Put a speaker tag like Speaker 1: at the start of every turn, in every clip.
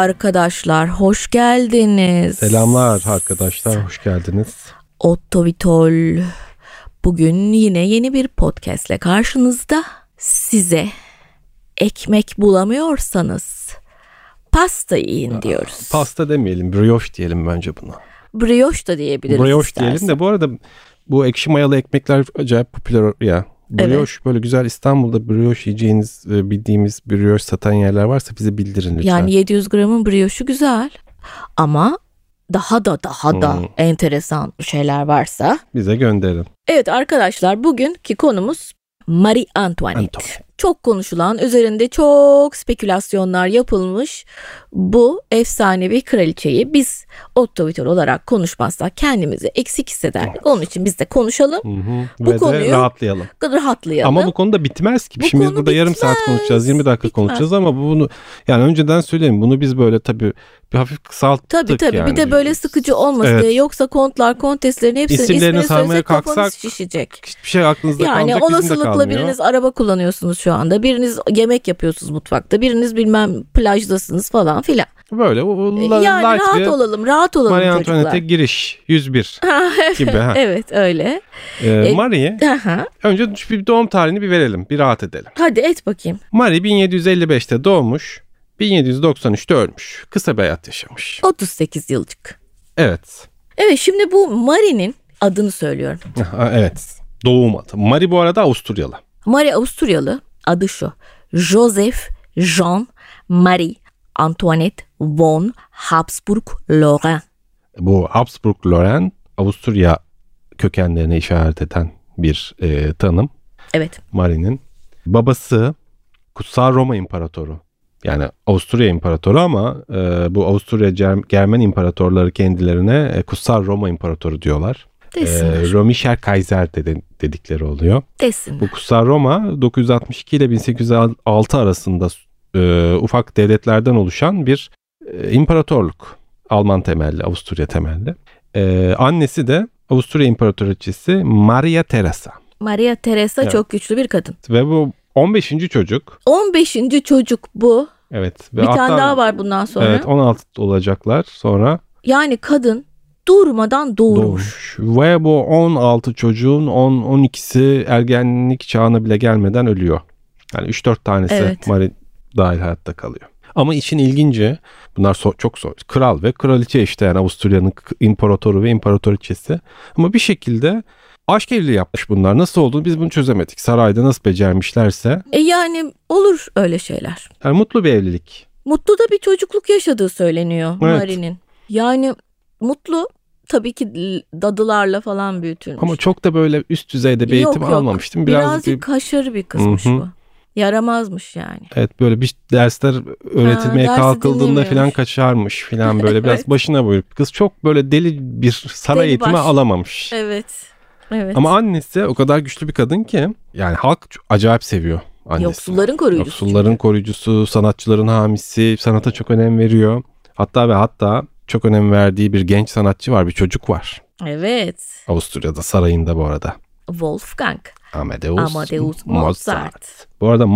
Speaker 1: Arkadaşlar hoş geldiniz.
Speaker 2: Selamlar arkadaşlar, hoş geldiniz.
Speaker 1: Otto Vitol. Bugün yine yeni bir podcastle karşınızda. Size ekmek bulamıyorsanız pasta yiyin diyoruz.
Speaker 2: Pasta demeyelim, brioche diyelim bence buna.
Speaker 1: Brioche da diyebiliriz.
Speaker 2: Brioche
Speaker 1: istersen.
Speaker 2: diyelim de bu arada bu ekşi mayalı ekmekler acayip popüler ya. Brioche evet. Böyle güzel İstanbul'da brioche yiyeceğiniz bildiğimiz brioche satan yerler varsa bize bildirin lütfen.
Speaker 1: Yani 700 gramın brioche'u güzel ama daha da enteresan şeyler varsa
Speaker 2: bize gönderin.
Speaker 1: Evet arkadaşlar, bugünkü konumuz Marie Antoinette. Çok konuşulan, üzerinde çok spekülasyonlar yapılmış bu efsanevi kraliçeyi biz Otto Vitol olarak konuşmazsak kendimizi eksik hissederdik. Evet. Onun için biz de konuşalım. Bu
Speaker 2: ve konuyu de rahatlayalım. Ama bu konu da bitmez ki. Şimdi biz burada yarım saat konuşacağız, 20 dakika konuşacağız ama bunu yani önceden söyleyeyim. Bunu biz böyle tabii bir hafif kısalttık
Speaker 1: tabii.
Speaker 2: Yani.
Speaker 1: Bir de böyle sıkıcı olmasın diye. Yoksa kontlar, konteslerin hepsinin ismini söylesek kafanız şişecek.
Speaker 2: Hiçbir şey aklınızda kalmayacak,
Speaker 1: yani olasılıkla biriniz araba kullanıyorsunuz şu anda. Biriniz yemek yapıyorsunuz mutfakta. Biriniz bilmem plajdasınız falan filan.
Speaker 2: Böyle
Speaker 1: yani rahat olalım
Speaker 2: Marie
Speaker 1: çocuklar.
Speaker 2: Antoinette'e giriş 101 gibi.
Speaker 1: Evet öyle.
Speaker 2: Marie önce bir doğum tarihini bir verelim, bir rahat edelim.
Speaker 1: Hadi et bakayım.
Speaker 2: Marie 1755'te doğmuş, 1793'te ölmüş. Kısa bir hayat yaşamış.
Speaker 1: 38 yılcık.
Speaker 2: Evet.
Speaker 1: Evet, şimdi bu Marie'nin adını söylüyorum.
Speaker 2: Evet. Doğum adı. Marie bu arada Avusturyalı.
Speaker 1: Marie Avusturyalı. Adı şu: Joseph Jean Marie Antoinette von Habsburg-Lorraine.
Speaker 2: Bu Habsburg-Lorraine Avusturya kökenlerine işaret eden bir tanım.
Speaker 1: Evet.
Speaker 2: Marie'nin babası Kutsal Roma İmparatoru. Yani Avusturya İmparatoru ama bu Avusturya Germen İmparatorları kendilerine Kutsal Roma İmparatoru diyorlar. Römischer Kaiser dedikleri oluyor.
Speaker 1: Desinler.
Speaker 2: Bu Kutsal Roma 962 ile 1806 arasında ufak devletlerden oluşan bir imparatorluk. Alman temelli, Avusturya temelli. Annesi de Avusturya İmparatoriçesi Maria Theresa.
Speaker 1: Maria Theresa evet. Çok güçlü bir kadın.
Speaker 2: Ve bu 15. çocuk.
Speaker 1: 15. çocuk bu.
Speaker 2: Evet.
Speaker 1: Ve bir tane daha var bundan sonra.
Speaker 2: Evet, 16 olacaklar sonra.
Speaker 1: Yani kadın durmadan doğurmuş.
Speaker 2: Ve bu 16 çocuğun 10-12'si ergenlik çağına bile gelmeden ölüyor. Yani 3-4 tanesi Marie dahil hayatta kalıyor. Ama işin ilginci, bunlar çok kral ve kraliçe işte, yani Avusturya'nın imparatoru ve imparatoriçesi. Ama bir şekilde aşk evliliği yapmış bunlar. Nasıl olduğunu biz bunu çözemedik. Sarayda nasıl becermişlerse.
Speaker 1: Yani olur öyle şeyler.
Speaker 2: Yani mutlu bir evlilik.
Speaker 1: Mutlu da bir çocukluk yaşadığı söyleniyor Marie'nin. Yani mutlu, tabii ki dadılarla falan büyütülmüş.
Speaker 2: Ama çok da böyle üst düzeyde bir eğitim almamıştım.
Speaker 1: Birazcık kaşarı bir kızmış bu. Yaramazmış yani.
Speaker 2: Evet, böyle bir dersler öğretilmeye kalkıldığında falan kaçarmış falan böyle biraz evet. Başına buyruk. Kız çok böyle deli bir saray eğitimi alamamış.
Speaker 1: Evet.
Speaker 2: Ama annesi o kadar güçlü bir kadın ki yani halk acayip seviyor annesini.
Speaker 1: Yoksulların
Speaker 2: koruyucusu, sanatçıların hamisi, sanata çok önem veriyor. Hatta çok önem verdiği bir genç sanatçı var, bir çocuk var.
Speaker 1: Evet.
Speaker 2: Avusturya'da, sarayında bu arada.
Speaker 1: Wolfgang
Speaker 2: Amadeus Mozart. Bu arada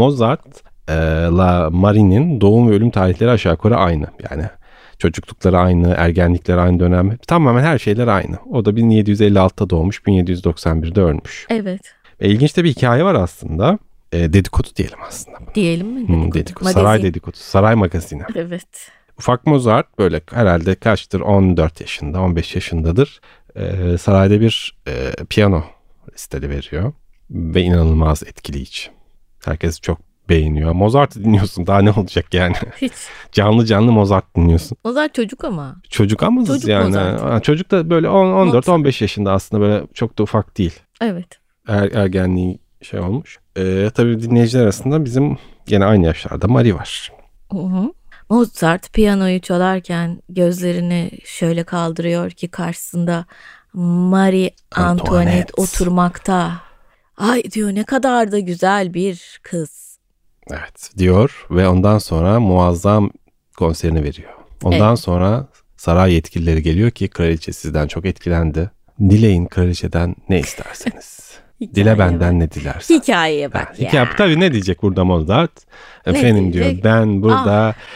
Speaker 2: Mozart'la Marie'nin doğum ve ölüm tarihleri aşağı yukarı aynı. Yani çocuklukları aynı, ergenlikleri aynı dönem. Tamamen her şeyler aynı. O da 1756'da doğmuş, 1791'de ölmüş.
Speaker 1: Evet.
Speaker 2: Ve ilginç de bir hikaye var aslında. Dedikodu diyelim aslında.
Speaker 1: Diyelim mi?
Speaker 2: Dedikodu. Saray dedikodusu. Saray magazini.
Speaker 1: Evet.
Speaker 2: Ufak Mozart böyle herhalde kaçtır? 14 yaşında, 15 yaşındadır. Sarayda bir piyano listeli veriyor. Ve inanılmaz etkileyici. Herkes çok beğeniyor. Mozart'ı dinliyorsun. Daha ne olacak yani?
Speaker 1: Hiç.
Speaker 2: Canlı Mozart dinliyorsun.
Speaker 1: Mozart çocuk ama.
Speaker 2: Çocuk yani. Mozart. Çocuk da böyle 14-15 yaşında aslında, böyle çok da ufak değil.
Speaker 1: Evet.
Speaker 2: Ergenliği şey olmuş. Tabii dinleyiciler arasında bizim gene aynı yaşlarda Marie var.
Speaker 1: Hı. Mozart piyanoyu çalarken gözlerini şöyle kaldırıyor ki karşısında Marie Antoinette oturmakta. Ay diyor, ne kadar da güzel bir kız.
Speaker 2: Evet diyor ve ondan sonra muazzam konserini veriyor. Ondan sonra saray yetkilileri geliyor ki kraliçe sizden çok etkilendi. Dileyin kraliçeden ne isterseniz. Dile benden ne dilersen.
Speaker 1: Hikayeye bak ya.
Speaker 2: Tabii ne diyecek burada Mozart? Efendim diyor, ben burada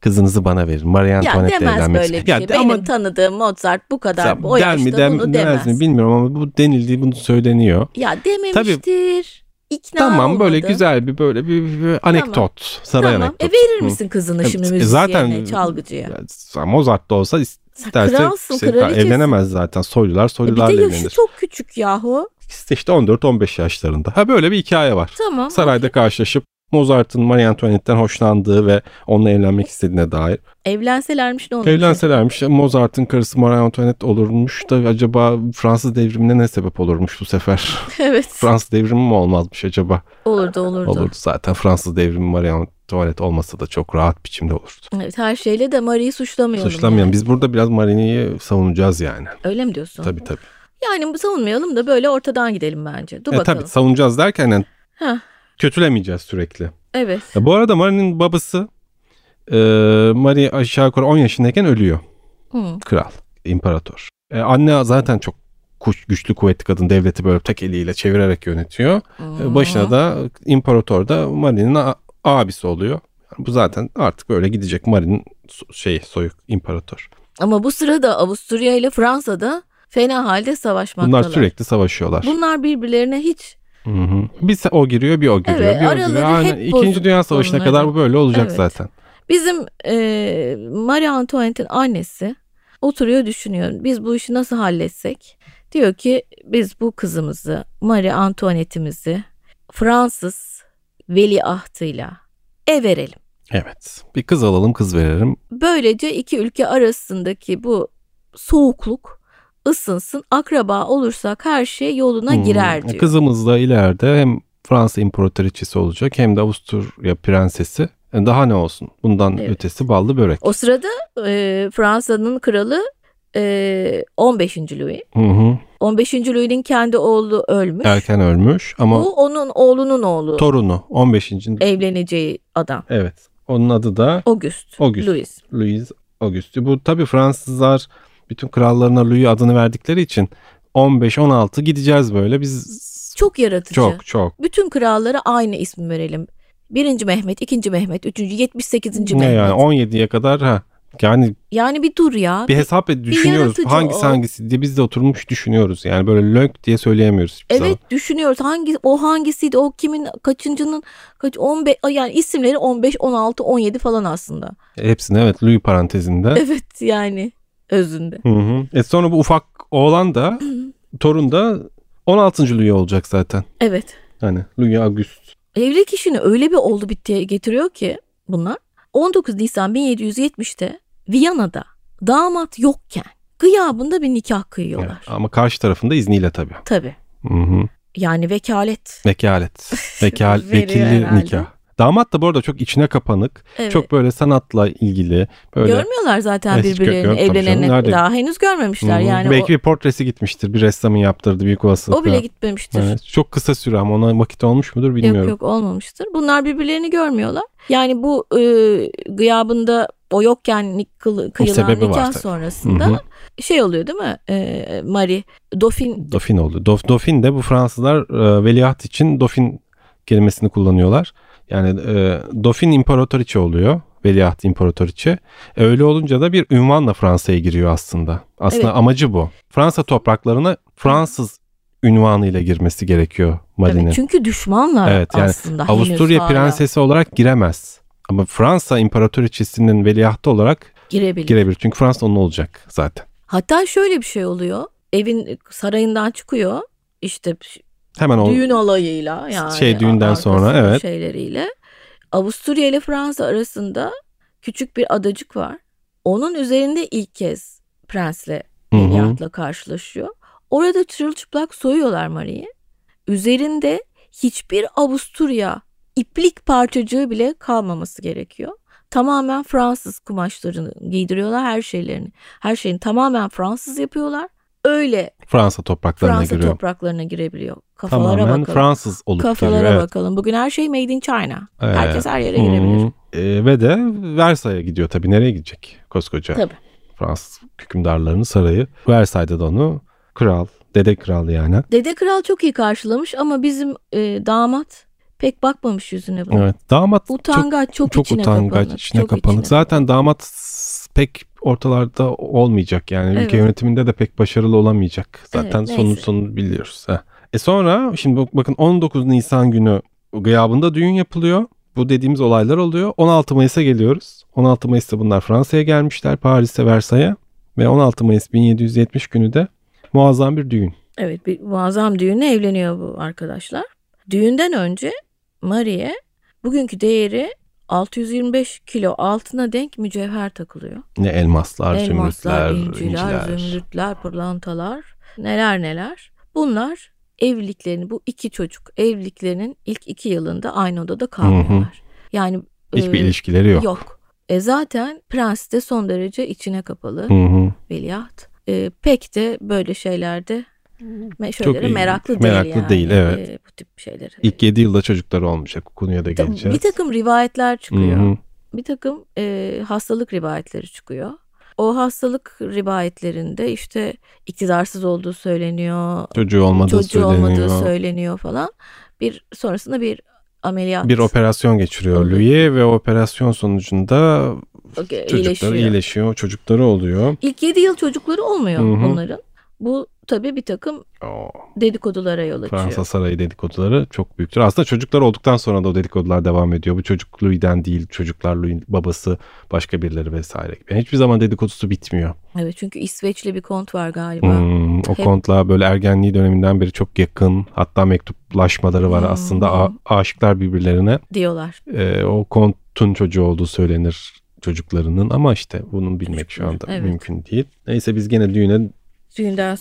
Speaker 2: kızınızı bana verin. Marie Antoinette'le evlenmek.
Speaker 1: Ya demez böyle bir şey. Benim tanıdığım Mozart bu kadar o yaşta bunu demez
Speaker 2: mi bilmiyorum ama bu denildiği, bunu söyleniyor.
Speaker 1: Ya dememiştir. Tabii, İkna
Speaker 2: tamam
Speaker 1: olmadı.
Speaker 2: Böyle güzel bir anekdot. Saray anekdot.
Speaker 1: Verir misin kızını şimdi müzisyene, çalgıcıya?
Speaker 2: Mozart da olsa isterse evlenemez zaten. Soylularla evlenir.
Speaker 1: Bir de yaşı çok küçük yahu.
Speaker 2: İşte 14-15 yaşlarında. Böyle bir hikaye var.
Speaker 1: Tamam.
Speaker 2: Sarayda karşılaşıp Mozart'ın Marie Antoinette'den hoşlandığı ve onunla evlenmek istediğine dair.
Speaker 1: Evlenselermiş ne olur?
Speaker 2: Evlenselermiş Mozart'ın karısı Marie Antoinette olurmuş da acaba Fransız devrimine ne sebep olurmuş bu sefer?
Speaker 1: Evet.
Speaker 2: Fransız devrimi mi olmazmış acaba?
Speaker 1: Olurdu.
Speaker 2: Olurdu zaten. Fransız devrimi Marie Antoinette olmasa da çok rahat biçimde olurdu.
Speaker 1: Evet, her şeyle de Marie'yi suçlamayalım.
Speaker 2: Yani. Biz burada biraz Marie'yi savunacağız yani.
Speaker 1: Öyle mi diyorsun?
Speaker 2: Tabii.
Speaker 1: Yani savunmayalım da böyle ortadan gidelim bence. Dur bakalım.
Speaker 2: Tabii savunacağız derken kötülemeyeceğiz sürekli.
Speaker 1: Evet.
Speaker 2: Bu arada Marie'nin babası Marie aşağı yukarı 10 yaşındayken ölüyor. Kral, imparator. Anne zaten çok güçlü, kuvvetli kadın, devleti böyle tek eliyle çevirerek yönetiyor. Başına da imparator da Marie'nin abisi oluyor. Bu zaten artık böyle gidecek Marie'nin soyu imparator.
Speaker 1: Ama bu sırada Avusturya ile Fransa'da fena halde savaşmaktalar.
Speaker 2: Bunlar sürekli savaşıyorlar.
Speaker 1: Bunlar birbirlerine hiç...
Speaker 2: Bir o giriyor, bir o giriyor.
Speaker 1: Evet, araları hep bozuk.
Speaker 2: İkinci Dünya Savaşı'na kadar bu böyle olacak zaten.
Speaker 1: Bizim Marie Antoinette'in annesi oturuyor düşünüyor. Biz bu işi nasıl halletsek? Diyor ki biz bu kızımızı, Marie Antoinette'imizi Fransız veliahtıyla verelim.
Speaker 2: Evet. Bir kız alalım, kız verelim.
Speaker 1: Böylece iki ülke arasındaki bu soğukluk ısınsın, akraba olursak her şey yoluna girer diyor.
Speaker 2: Kızımız da ileride hem Fransa imparatoriçesi olacak hem de Avusturya prensesi. Daha ne olsun? Bundan ötesi ballı börek.
Speaker 1: O sırada Fransa'nın kralı 15. Louis. 15. Louis'nin kendi oğlu ölmüş.
Speaker 2: Erken ölmüş ama
Speaker 1: bu onun oğlunun oğlu.
Speaker 2: Torunu 15.
Speaker 1: evleneceği adam.
Speaker 2: Evet. Onun adı da
Speaker 1: Auguste.
Speaker 2: Louis Auguste. Bu tabii Fransızlar bütün krallarına Louis adını verdikleri için 15-16 gideceğiz böyle. Biz
Speaker 1: çok yaratıcı.
Speaker 2: Çok.
Speaker 1: Bütün krallara aynı ismi verelim. 1. Mehmet, 2. Mehmet, 3. 78. Mehmet.
Speaker 2: Ne yani 17'ye kadar Yani
Speaker 1: bir dur ya.
Speaker 2: Bir hesap düşünüyoruz. Hangisi diye biz de oturmuş düşünüyoruz. Yani böyle lönk diye söyleyemiyoruz hiçbir zaman.
Speaker 1: Düşünüyoruz. Hangisiydi? O kimin kaçıncının 15 yani isimleri 15, 16, 17 falan aslında.
Speaker 2: Hepsini Louis parantezinde.
Speaker 1: Evet yani özünde.
Speaker 2: Sonra bu ufak oğlan da torun da 16. Louis olacak zaten.
Speaker 1: Evet.
Speaker 2: Hani Louis Auguste.
Speaker 1: Evlilik işini öyle bir oldu bittiye getiriyor ki bunlar. 19 Nisan 1770'te Viyana'da damat yokken gıyabında bir nikah kıyıyorlar.
Speaker 2: Evet, ama karşı tarafında izniyle tabii.
Speaker 1: Tabii. Yani vekalet.
Speaker 2: Vekilli nikah. Damat da bu arada çok içine kapanık. Evet. Çok böyle sanatla ilgili. Böyle
Speaker 1: görmüyorlar zaten birbirlerini evlenene daha henüz görmemişler. Yani
Speaker 2: belki bir portresi gitmiştir. Bir ressamın yaptırdı büyük olasılıkla.
Speaker 1: O bile gitmemiştir.
Speaker 2: Evet, çok kısa süre ama ona vakit olmuş mudur bilmiyorum.
Speaker 1: Yok olmamıştır. Bunlar birbirlerini görmüyorlar. Yani bu gıyabında o yokken kıyılan nikah sonrasında oluyor değil mi? Marie Dauphin
Speaker 2: oldu. Dauphin de bu Fransızlar veliaht için Dauphin kelimesini kullanıyorlar. Yani Dauphin imparatoriçe oluyor. Veliaht imparatoriçe. Öyle olunca da bir ünvanla Fransa'ya giriyor aslında. Amacı bu. Fransa topraklarına Fransız ünvanıyla girmesi gerekiyor Marie'nin. Evet,
Speaker 1: çünkü düşmanlar aslında.
Speaker 2: Avusturya prensesi olarak giremez. Ama Fransa imparatoriçesinin veliahtı olarak girebilir. Çünkü Fransa onun olacak zaten.
Speaker 1: Hatta şöyle bir şey oluyor. Evin sarayından çıkıyor. İşte
Speaker 2: hemen
Speaker 1: düğün alayıyla yani
Speaker 2: düğünden sonra
Speaker 1: şeyleriyle Avusturya ile Fransa arasında küçük bir adacık var. Onun üzerinde ilk kez prensle veliahtla karşılaşıyor. Orada çırılçıplak soyuyorlar Marie'yi. Üzerinde hiçbir Avusturya iplik parçacığı bile kalmaması gerekiyor. Tamamen Fransız kumaşlarını giydiriyorlar, her şeyini tamamen Fransız yapıyorlar. Öyle
Speaker 2: Fransa topraklarına
Speaker 1: girebiliyor.
Speaker 2: Kafalara tamamen bakalım. Fransız olup
Speaker 1: Kafalara bakalım. Bugün her şey made in China. Evet. Herkes her yere girebilir.
Speaker 2: Ve de Versailles'e gidiyor tabii. Nereye gidecek koskoca?
Speaker 1: Tabii.
Speaker 2: Fransız hükümdarlarının sarayı. Versailles'de de onu dede kral yani.
Speaker 1: Dede kral çok iyi karşılamış ama bizim damat pek bakmamış yüzüne buna.
Speaker 2: Evet. Damat
Speaker 1: utangaç, çok
Speaker 2: utangaç, içine kapanık. Zaten damat pek ortalarda olmayacak yani. Ülke yönetiminde de pek başarılı olamayacak. Zaten sonunu biliyoruz. Sonra şimdi bakın 19 Nisan günü gıyabında düğün yapılıyor. Bu dediğimiz olaylar oluyor. 16 Mayıs'a geliyoruz. 16 Mayıs'ta bunlar Fransa'ya gelmişler. Paris'e, Versailles'e. Ve 16 Mayıs 1770 günü de muazzam bir düğün.
Speaker 1: Evet, bir muazzam düğünle evleniyor bu arkadaşlar. Düğünden önce Marie'ye bugünkü değeri 625 kilo altına denk mücevher takılıyor.
Speaker 2: Ne elmaslar, zümrütler,
Speaker 1: inciler, zümrütler, pırlantalar, neler. Bunlar evliliklerini, bu iki çocuk evliliklerinin ilk 2 yılında aynı odada kalmıyorlar. Yani
Speaker 2: hiçbir ilişkileri yok.
Speaker 1: Yok. Zaten prens de son derece içine kapalı. Veliaht. Pek de böyle şeylerde meraklı
Speaker 2: değil, evet.
Speaker 1: Bu tip şeyleri.
Speaker 2: İlk 7 yılda çocukları olmuş. Bu konuya da geleceğiz.
Speaker 1: Bir takım rivayetler çıkıyor. Bir takım hastalık rivayetleri çıkıyor. O hastalık rivayetlerinde işte iktidarsız olduğu söyleniyor.
Speaker 2: Çocuğu olmadığı
Speaker 1: söyleniyor falan. Sonrasında bir ameliyat.
Speaker 2: Bir operasyon geçiriyor Louis ve o operasyon sonucunda çocukları iyileşiyor. Çocukları oluyor.
Speaker 1: İlk 7 yıl çocukları olmuyor bunların. Bu tabii bir takım dedikodulara yol açıyor.
Speaker 2: Fransa sarayı dedikoduları çok büyüktür. Aslında çocuklar olduktan sonra da o dedikodular devam ediyor. Bu çocuk Louis'den değil, çocuklar Louis'in babası, başka birileri vesaire gibi. Hiçbir zaman dedikodusu bitmiyor.
Speaker 1: Evet, çünkü İsveçli bir kont var galiba.
Speaker 2: O kontla böyle ergenliği döneminden beri çok yakın, hatta mektuplaşmaları var. Aslında aşıklar birbirlerine.
Speaker 1: Diyorlar.
Speaker 2: O kontun çocuğu olduğu söylenir çocuklarının, ama işte bunu bilmek şu anda mümkün değil. Neyse, biz gene düğünden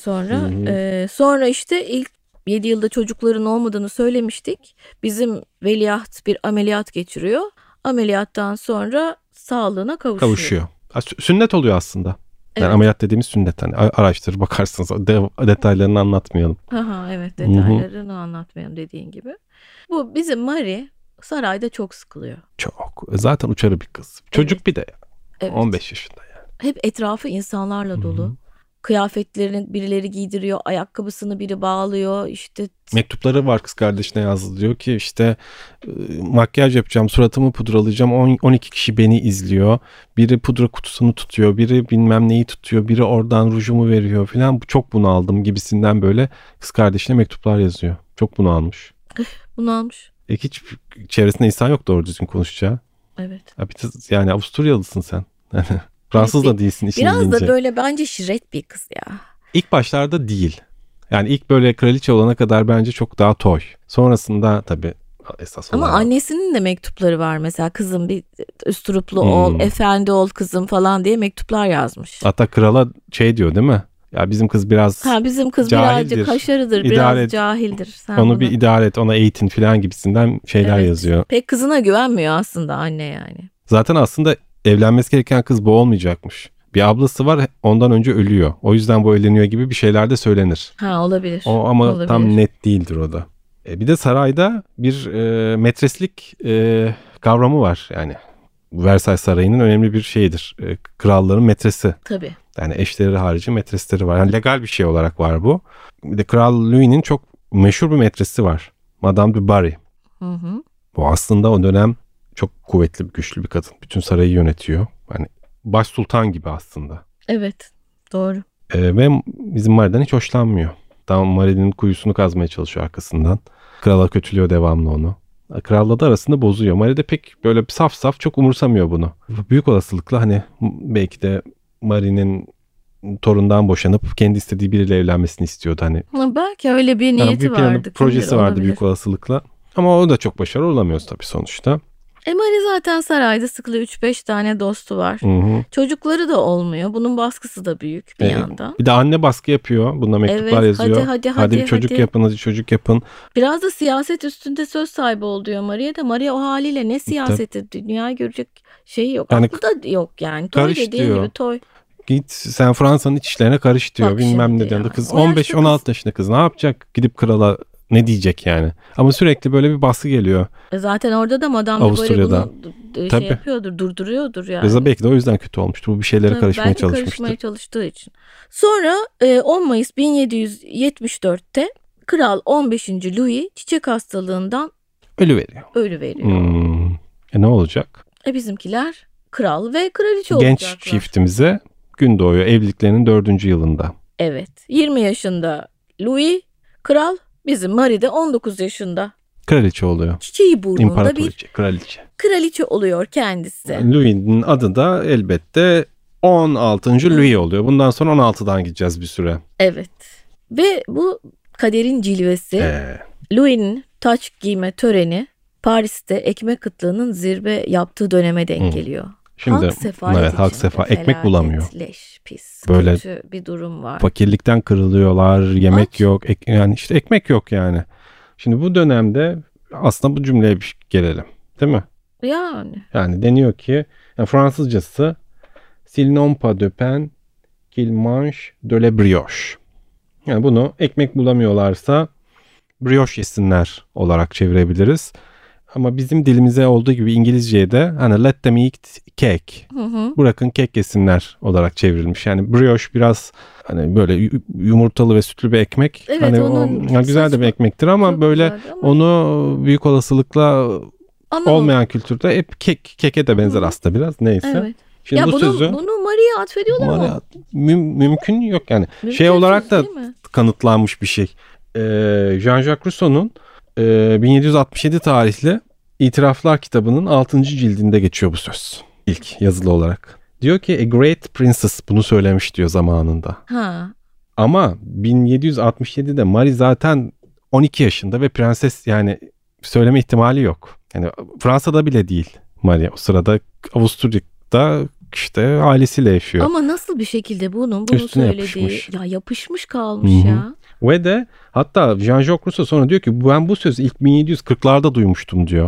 Speaker 1: sonra işte ilk 7 yılda çocukların olmadığını söylemiştik. Bizim veliaht bir ameliyat geçiriyor. Ameliyattan sonra sağlığına kavuşuyor.
Speaker 2: Sünnet oluyor aslında. Yani ameliyat dediğimiz sünnet. Hani araştırır bakarsınız. Detaylarını anlatmayalım.
Speaker 1: Evet, detaylarını anlatmayalım dediğin gibi. Bu bizim Marie sarayda çok sıkılıyor.
Speaker 2: Çok. Zaten uçarı bir kız. Çocuk bir de. 15 yaşında yani.
Speaker 1: Hep etrafı insanlarla dolu. Kıyafetlerini birileri giydiriyor, ayakkabısını biri bağlıyor, işte
Speaker 2: mektupları var kız kardeşine yazdı, diyor ki işte makyaj yapacağım, suratımı pudralayacağım, 12 kişi beni izliyor, biri pudra kutusunu tutuyor, biri bilmem neyi tutuyor, biri oradan rujumu veriyor filan, çok bunaldım gibisinden böyle kız kardeşine mektuplar yazıyor. Çok bunalmış.
Speaker 1: Bunalmış.
Speaker 2: Hiç çevresinde insan yok doğru düzgün konuşacağı.
Speaker 1: Evet.
Speaker 2: Yani Avusturyalısın sen. Fransız da değilsin işin
Speaker 1: biraz
Speaker 2: ilginci.
Speaker 1: Da böyle bence şiret bir kız ya.
Speaker 2: İlk başlarda değil. Yani ilk böyle kraliçe olana kadar bence çok daha toy. Sonrasında tabii esas olarak.
Speaker 1: Ama annesinin de mektupları var mesela, kızım bir üsturuplu ol, efendi ol kızım falan diye mektuplar yazmış.
Speaker 2: Hatta krala diyor değil mi? Ya bizim kız biraz
Speaker 1: birazcık haşarıdır, biraz cahildir. Sen
Speaker 2: onu bir idare et, ona eğitin falan gibisinden şeyler yazıyor.
Speaker 1: Pek kızına güvenmiyor aslında anne yani.
Speaker 2: Zaten aslında evlenmesi gereken kız bu olmayacakmış. Bir ablası var, ondan önce ölüyor. O yüzden bu evleniyor gibi bir şeyler de söylenir.
Speaker 1: Olabilir.
Speaker 2: Ama tam net değildir o da. Bir de sarayda bir metreslik kavramı var. Yani Versailles Sarayı'nın önemli bir şeyidir. Kralların metresi.
Speaker 1: Tabii.
Speaker 2: Yani eşleri harici metresleri var. Yani legal bir şey olarak var bu. Bir de Kral Louis'nin çok meşhur bir metresi var. Madame du Barry. Bu aslında o dönem çok kuvvetli, güçlü bir kadın. Bütün sarayı yönetiyor. Yani baş sultan gibi aslında.
Speaker 1: Evet, doğru.
Speaker 2: Ve bizim Marie'den hiç hoşlanmıyor. Tam Marie'nin kuyusunu kazmaya çalışıyor arkasından. Krala kötülüyor devamlı onu. Kralla da arasında bozuyor. Marie de pek böyle saf çok umursamıyor bunu. Büyük olasılıkla hani belki de Marie'nin torundan boşanıp kendi istediği biriyle evlenmesini istiyordu. Hani.
Speaker 1: Belki öyle bir niyeti vardı.
Speaker 2: Projesi vardı büyük olasılıkla. Ama o da çok başarılı olamıyoruz tabii sonuçta.
Speaker 1: Marie zaten sarayda sıkılıyor. 3-5 tane dostu var. Çocukları da olmuyor. Bunun baskısı da büyük bir yandan.
Speaker 2: Bir de anne baskı yapıyor. Buna mektuplar yazıyor. Hadi bir çocuk yapın, hadi çocuk yapın.
Speaker 1: Biraz da siyaset üstünde söz sahibi ol diyor Marie de. Marie o haliyle ne siyaseti, dünyayı görecek şeyi yok. Yani, aklı da yok yani. Toy dediğin gibi toy.
Speaker 2: Git sen Fransa'nın iç işlerine karış diyor. Bilmem ne diyor. Kız 15-16 yaşında kız ne yapacak? Gidip krala ne diyecek yani? Ama sürekli böyle bir baskı geliyor.
Speaker 1: Zaten orada da Madame du Barry bunu şey yapıyordur, durduruyordur yani.
Speaker 2: Belki de o yüzden kötü olmuştur. Bu bir şeylere karışmaya çalışmıştır.
Speaker 1: Karışmaya çalıştığı için. Sonra 10 Mayıs 1774'te Kral 15. Louis çiçek hastalığından
Speaker 2: Ölüveriyor. Ne olacak?
Speaker 1: Bizimkiler kral ve kraliçe olacaklar.
Speaker 2: Genç çiftimize gün doğuyor evliliklerinin 4. yılında.
Speaker 1: Evet. 20 yaşında Louis kral, bizim Marie de 19 yaşında.
Speaker 2: Kraliçe oluyor.
Speaker 1: Çiçeği burnunda bir kraliçe oluyor kendisi.
Speaker 2: Louis'nin adı da elbette 16. Louis oluyor. Bundan sonra 16'dan gideceğiz bir süre.
Speaker 1: Evet. Ve bu kaderin cilvesi Louis'nin taç giyme töreni Paris'te ekmek kıtlığının zirve yaptığı döneme denk geliyor.
Speaker 2: Şimdi halk sefalet ekmek bulamıyor.
Speaker 1: Leş, pis,
Speaker 2: böyle
Speaker 1: kötü bir durum var.
Speaker 2: Fakirlikten kırılıyorlar, yemek yok, yani işte ekmek yok yani. Şimdi bu dönemde aslında bu cümleye bir gelelim, değil mi? Yani deniyor ki Fransızcası "S'ils n'ont pas de pain, qu'ils mangent de la brioche." Yani bunu ekmek bulamıyorlarsa brioche yesinler olarak çevirebiliriz. Ama bizim dilimize olduğu gibi İngilizce'ye de hani let them eat cake. Bırakın kek yesinler olarak çevrilmiş. Yani brioche biraz hani böyle yumurtalı ve sütlü bir ekmek.
Speaker 1: Evet,
Speaker 2: hani o güzel de bir ekmektir ama böyle onu büyük olasılıkla olmayan kültürde hep keke de benzer aslında biraz. Neyse. Evet.
Speaker 1: Şimdi ya bunu Marie'ye atfediyorlar ama.
Speaker 2: Mümkün yok yani. Mümkün olarak da kanıtlanmış bir şey. Jean-Jacques Rousseau'nun 1767 tarihli İtiraflar kitabının 6. cildinde geçiyor bu söz. İlk yazılı olarak. Diyor ki a great princess bunu söylemiş diyor zamanında. Ama 1767'de Marie zaten 12 yaşında ve prenses, yani söyleme ihtimali yok. Yani Fransa'da bile değil Marie. O sırada Avusturya'da işte ailesiyle yaşıyor.
Speaker 1: Ama nasıl bir şekilde bunu
Speaker 2: üstüne
Speaker 1: söylediği yapışmış kalmış ya.
Speaker 2: Ve de hatta Jean-Jacques Rousseau sonra diyor ki ben bu sözü ilk 1740'larda duymuştum diyor.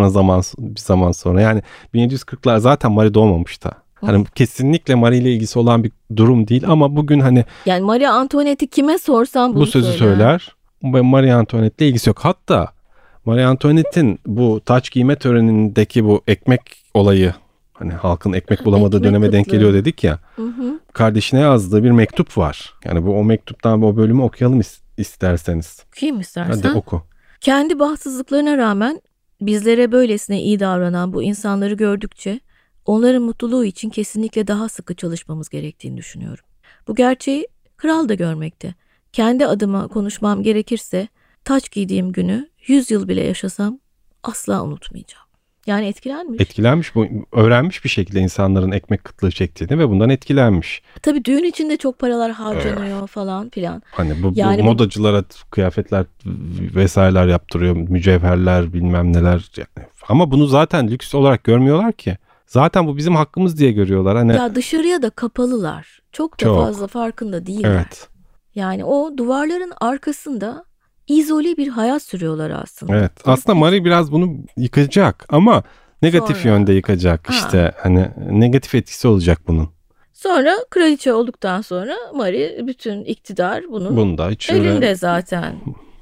Speaker 2: Bir zaman sonra. Yani 1740'lar zaten Marie doğmamış da. Hani kesinlikle Marie ile ilgisi olan bir durum değil ama bugün hani
Speaker 1: yani Marie Antoinette'i kime sorsam
Speaker 2: bu sözü söyler. Ve Marie Antoinette'le ilgisi yok. Hatta Marie Antoinette'in bu taç giyme törenindeki bu ekmek olayı, hani halkın ekmek bulamadığı döneme denk geliyor dedik ya. Kardeşine yazdığı bir mektup var. Yani o mektuptan o bölümü okuyalım isterseniz.
Speaker 1: Okuyayım istersen.
Speaker 2: Hadi oku.
Speaker 1: Kendi bahtsızlıklarına rağmen bizlere böylesine iyi davranan bu insanları gördükçe onların mutluluğu için kesinlikle daha sıkı çalışmamız gerektiğini düşünüyorum. Bu gerçeği kral da görmekte. Kendi adıma konuşmam gerekirse taç giydiğim günü 100 yıl bile yaşasam asla unutmayacağım. Yani etkilenmiş.
Speaker 2: Bu öğrenmiş bir şekilde insanların ekmek kıtlığı çektiğini ve bundan etkilenmiş.
Speaker 1: Tabii düğün içinde çok paralar harcanıyor falan filan.
Speaker 2: Hani bu modacılara kıyafetler vesaireler yaptırıyor, mücevherler bilmem neler. Yani. Ama bunu zaten lüks olarak görmüyorlar ki. Zaten bu bizim hakkımız diye görüyorlar. Hani
Speaker 1: ya dışarıya da kapalılar. Çok da fazla farkında değiller.
Speaker 2: Evet.
Speaker 1: Yani o duvarların arkasında izole bir hayat sürüyorlar aslında.
Speaker 2: Evet. Aslında Marie biraz bunu yıkacak ama negatif yönde yıkacak. İşte hani negatif etkisi olacak bunun.
Speaker 1: Sonra kraliçe olduktan sonra Marie bütün iktidar bunun elinde zaten.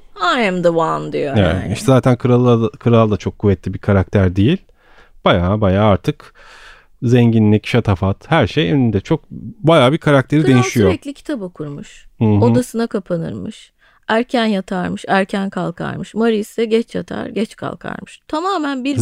Speaker 1: I am the one diyor. Yani.
Speaker 2: İşte zaten kral da çok kuvvetli bir karakter değil. Bayağı artık zenginlik, şatafat, her şey önünde. Çok bayağı bir karakteri değişiyor.
Speaker 1: Kral sürekli kitap okurmuş. Odasına kapanırmış. Erken yatarmış, erken kalkarmış. Marie ise geç yatar, geç kalkarmış. Tamamen birbirine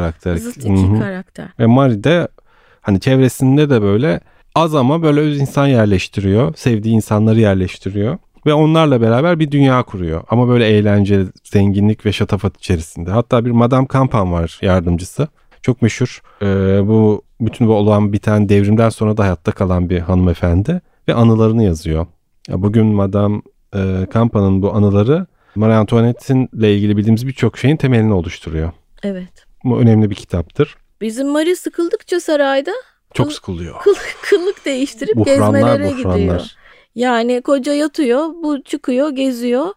Speaker 1: zıt iki karakter.
Speaker 2: Ve Marie de hani çevresinde de böyle az ama böyle öz insan yerleştiriyor. Sevdiği insanları yerleştiriyor. Ve onlarla beraber bir dünya kuruyor. Ama böyle eğlence, zenginlik ve şatafat içerisinde. Hatta bir Madame Campan var, yardımcısı. Çok meşhur. Bütün bu olan biten devrimden sonra da hayatta kalan bir hanımefendi. Ve anılarını yazıyor. Bugün Madame Campan'ın bu anıları Marie Antoinette'in ile ilgili bildiğimiz birçok şeyin temelini oluşturuyor.
Speaker 1: Evet.
Speaker 2: Bu önemli bir kitaptır.
Speaker 1: Bizim Marie sıkıldıkça sarayda
Speaker 2: çok sıkılıyor.
Speaker 1: Kılık değiştirip gezmelere gidiyor. Yani koca yatıyor, bu çıkıyor, geziyor.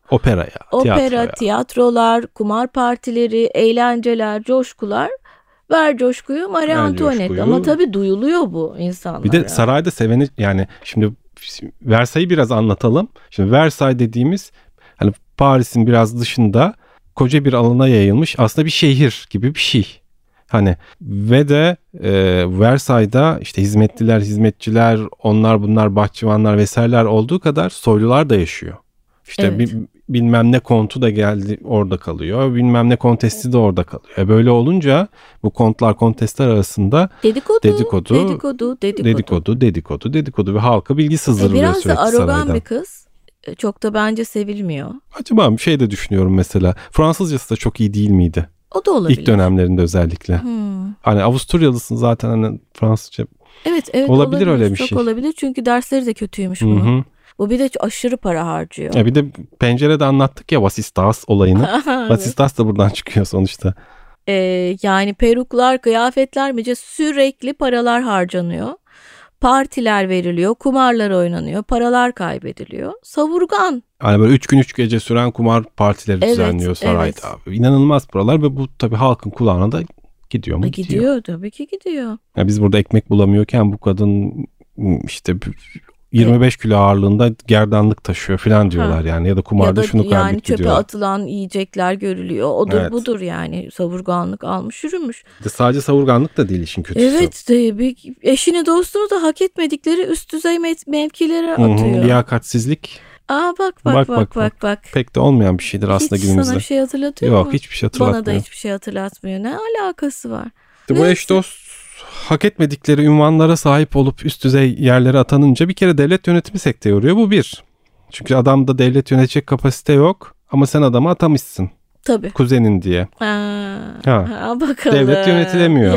Speaker 2: Opera,
Speaker 1: tiyatrolar, kumar partileri, eğlenceler, coşkular. Ver coşkuyu Marie Antoinette. Ama tabii duyuluyor bu insanlara.
Speaker 2: Bir de sarayda seveni, yani şimdi Versailles'i biraz anlatalım. Şimdi Versailles dediğimiz hani Paris'in biraz dışında koca bir alana yayılmış aslında bir şehir gibi bir şey. Hani ve de Versailles'da işte hizmetliler, hizmetçiler, onlar bunlar, bahçıvanlar vesaireler olduğu kadar soylular da yaşıyor. İşte bilmem ne kontu da geldi orada kalıyor. Bilmem ne kontesti de orada kalıyor. Böyle olunca bu kontlar kontestler arasında dedikodu ve halka bilgi sızdırılıyor
Speaker 1: biraz
Speaker 2: sürekli
Speaker 1: da arogan
Speaker 2: saraydan.
Speaker 1: Bir kız. Çok da bence sevilmiyor.
Speaker 2: Acaba bir şey de düşünüyorum mesela. Fransızcası da çok iyi değil miydi?
Speaker 1: O da olabilir.
Speaker 2: İlk dönemlerinde özellikle. Hani Avusturyalısın zaten, hani Fransızca.
Speaker 1: Evet
Speaker 2: olabilir öyle bir
Speaker 1: çok
Speaker 2: şey.
Speaker 1: Olabilir çünkü dersleri de kötüymüş bunun. Bu bir de aşırı para harcıyor.
Speaker 2: Bir de pencerede anlattık ya Vasistas olayını. Vasistas da buradan çıkıyor sonuçta.
Speaker 1: Yani peruklar, kıyafetler sürekli paralar harcanıyor. Partiler veriliyor, kumarlar oynanıyor, paralar kaybediliyor. Savurgan.
Speaker 2: Yani böyle 3 gün 3 gece süren kumar partileri düzenliyor sarayda abi. İnanılmaz paralar ve bu tabii halkın kulağına da gidiyor mu?
Speaker 1: Gidiyor tabii ki gidiyor.
Speaker 2: Yani biz burada ekmek bulamıyorken bu kadın işte 25 kilo ağırlığında gerdanlık taşıyor falan diyorlar yani. Ya da kumarda şunu kaybetti
Speaker 1: yani çöpe
Speaker 2: diyorlar.
Speaker 1: atılan yiyecekler görülüyor. Odur budur yani. Savurganlık almış yürümüş.
Speaker 2: Sadece savurganlık da değil işin kötüsü.
Speaker 1: Evet, eşini dostunu da hak etmedikleri üst düzey mevkilere atıyor.
Speaker 2: Liyakatsizlik.
Speaker 1: Bak.
Speaker 2: Pek de olmayan bir şeydir aslında günümüzde.
Speaker 1: Hiç sana bir şey hatırlatıyor mu?
Speaker 2: Yok, hiçbir şey hatırlatmıyor.
Speaker 1: Bana da hiçbir şey hatırlatmıyor. Ne alakası var?
Speaker 2: Bu eş dost hak etmedikleri ünvanlara sahip olup üst düzey yerlere atanınca bir kere devlet yönetimi sekteye uğruyor. Bu bir. Çünkü adamda devlet yönetecek kapasite yok ama sen adamı atamışsın.
Speaker 1: Tabii.
Speaker 2: Kuzenin diye.
Speaker 1: Bakalım.
Speaker 2: Devlet yönetilemiyor.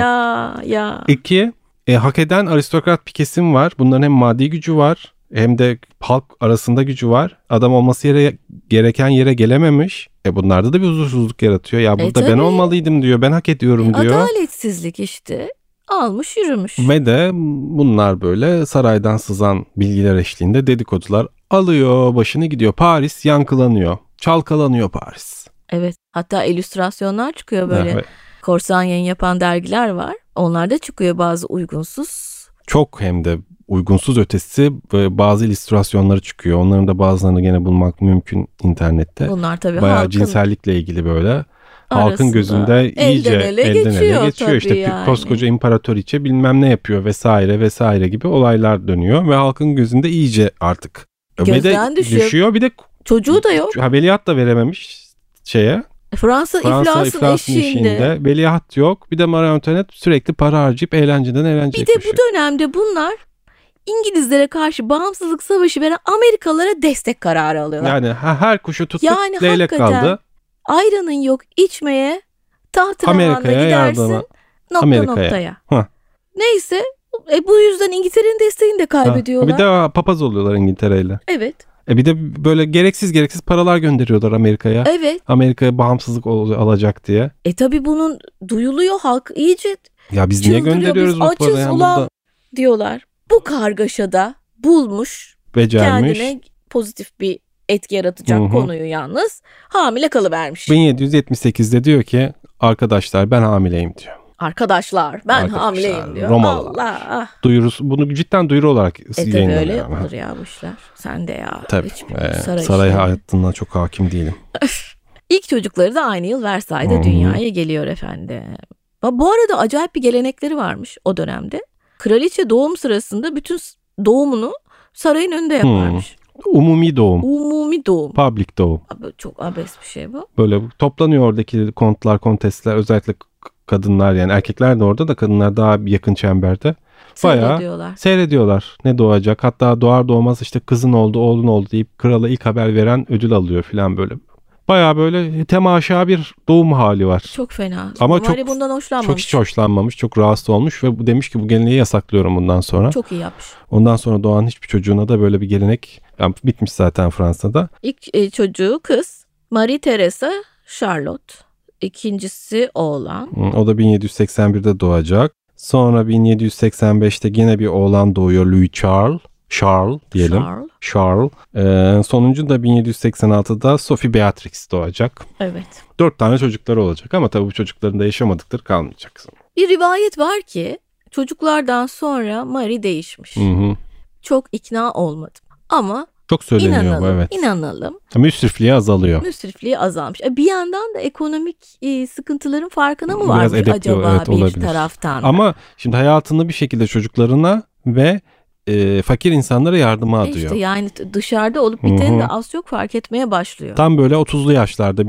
Speaker 1: Ya.
Speaker 2: 2. Hak eden aristokrat bir kesim var. Bunların hem maddi gücü var hem de halk arasında gücü var. Adam olması gereken yere gelememiş. Bunlarda da bir huzursuzluk yaratıyor. Ya burada ben olmalıydım diyor. Ben hak ediyorum diyor.
Speaker 1: Adaletsizlik işte. Almış yürümüş.
Speaker 2: Ve de bunlar böyle saraydan sızan bilgiler eşliğinde dedikodular alıyor, başını gidiyor. Paris yankılanıyor. Çalkalanıyor Paris.
Speaker 1: Evet. Hatta illüstrasyonlar çıkıyor böyle. Evet. Korsan yayın yapan dergiler var. Onlarda çıkıyor bazı uygunsuz.
Speaker 2: Çok hem de uygunsuz ötesi bazı illüstrasyonları çıkıyor. Onların da bazılarını gene bulmak mümkün internette.
Speaker 1: Bunlar tabii
Speaker 2: bayağı cinsellikle ilgili böyle. Halkın gözünde iyice elden ele geçiyor. İşte yani. Koskoca imparatoriçe bilmem ne yapıyor vesaire gibi olaylar dönüyor ve halkın gözünde iyice artık
Speaker 1: gözden
Speaker 2: düşüyor. Bir de
Speaker 1: çocuğu da yok.
Speaker 2: Veliaht da verememiş şeye.
Speaker 1: Fransa iflasın eşiğinde.
Speaker 2: Veliaht yok. Bir de Marie Antoinette sürekli para harcayıp eğlenceden eğlenceye
Speaker 1: koşuyor. Bir de bu dönemde bunlar İngilizlere karşı bağımsızlık savaşı veren Amerikalılara destek kararı alıyorlar.
Speaker 2: Yani her kuşu tuttuk leylek kaldı.
Speaker 1: Ayranın yok içmeye, tahterevanla gidersin noktaya. Neyse bu yüzden İngiltere'nin desteğini de kaybediyorlar.
Speaker 2: Bir de papaz oluyorlar İngiltere'yle.
Speaker 1: Evet.
Speaker 2: Bir de böyle gereksiz paralar gönderiyorlar Amerika'ya.
Speaker 1: Evet.
Speaker 2: Amerika'ya bağımsızlık alacak diye.
Speaker 1: Tabii bunun duyuluyor, halk iyice
Speaker 2: ya biz niye gönderiyoruz bu parayı?
Speaker 1: Yani ulan diyorlar. Bu kargaşada bulmuş,
Speaker 2: becermiş,
Speaker 1: kendine pozitif bir etki yaratacak konuyu yalnız hamile kalıvermiş.
Speaker 2: 1778'de diyor ki arkadaşlar ben hamileyim diyor.
Speaker 1: Arkadaşlar hamileyim diyor.
Speaker 2: Romalılar. Allah. Duyurusu, bunu cidden duyuru olarak yayınlanıyor.
Speaker 1: Tabii öyle olur ya bu işler. Sen de ya.
Speaker 2: Tabii. Saray hayatından çok hakim değilim.
Speaker 1: İlk çocukları da aynı yıl Versailles'da dünyaya geliyor efendim. Bu arada acayip bir gelenekleri varmış o dönemde. Kraliçe doğum sırasında bütün doğumunu sarayın önünde yaparmış.
Speaker 2: Umumi doğum. Public doğum.
Speaker 1: Çok abes bir şey bu.
Speaker 2: Böyle toplanıyor oradaki kontlar, kontesler, özellikle kadınlar, yani erkekler de orada da kadınlar daha yakın çemberde. Bayağı seyrediyorlar ne doğacak. Hatta doğar doğmaz işte kızın oldu, oğlun oldu deyip krala ilk haber veren ödül alıyor falan böyle. Bayağı böyle temaşa bir doğum hali var.
Speaker 1: Çok fena.
Speaker 2: Ama
Speaker 1: bundan hoşlanmamış.
Speaker 2: Çok hiç hoşlanmamış. Çok rahatsız olmuş ve demiş ki bu geleneği yasaklıyorum bundan sonra.
Speaker 1: Çok iyi yapmış.
Speaker 2: Ondan sonra doğan hiçbir çocuğuna da böyle bir gelenek bitmiş zaten Fransa'da.
Speaker 1: İlk çocuğu kız Marie Theresa Charlotte. İkincisi oğlan.
Speaker 2: O da 1781'de doğacak. Sonra 1785'te yine bir oğlan doğuyor, Louis Charles diyelim. Charles. Sonuncu da 1786'da Sophie Beatrix doğacak.
Speaker 1: Evet.
Speaker 2: 4 tane çocukları olacak ama tabii bu çocukların da yaşamadıkları kalmayacak.
Speaker 1: Bir rivayet var ki çocuklardan sonra Marie değişmiş. Çok ikna olmadım ama
Speaker 2: çok söyleniyor evet.
Speaker 1: İnanalım.
Speaker 2: Müsrifliği azalıyor.
Speaker 1: Müsrifliği azalmış. Bir yandan da ekonomik sıkıntıların farkına mı varmış acaba
Speaker 2: evet,
Speaker 1: bir
Speaker 2: olabilir.
Speaker 1: taraftan?
Speaker 2: Ama şimdi hayatını bir şekilde çocuklarına ve fakir insanlara yardıma adıyor.
Speaker 1: İşte yani dışarıda olup biteni de az çok fark etmeye başlıyor.
Speaker 2: Tam böyle 30'lu yaşlarda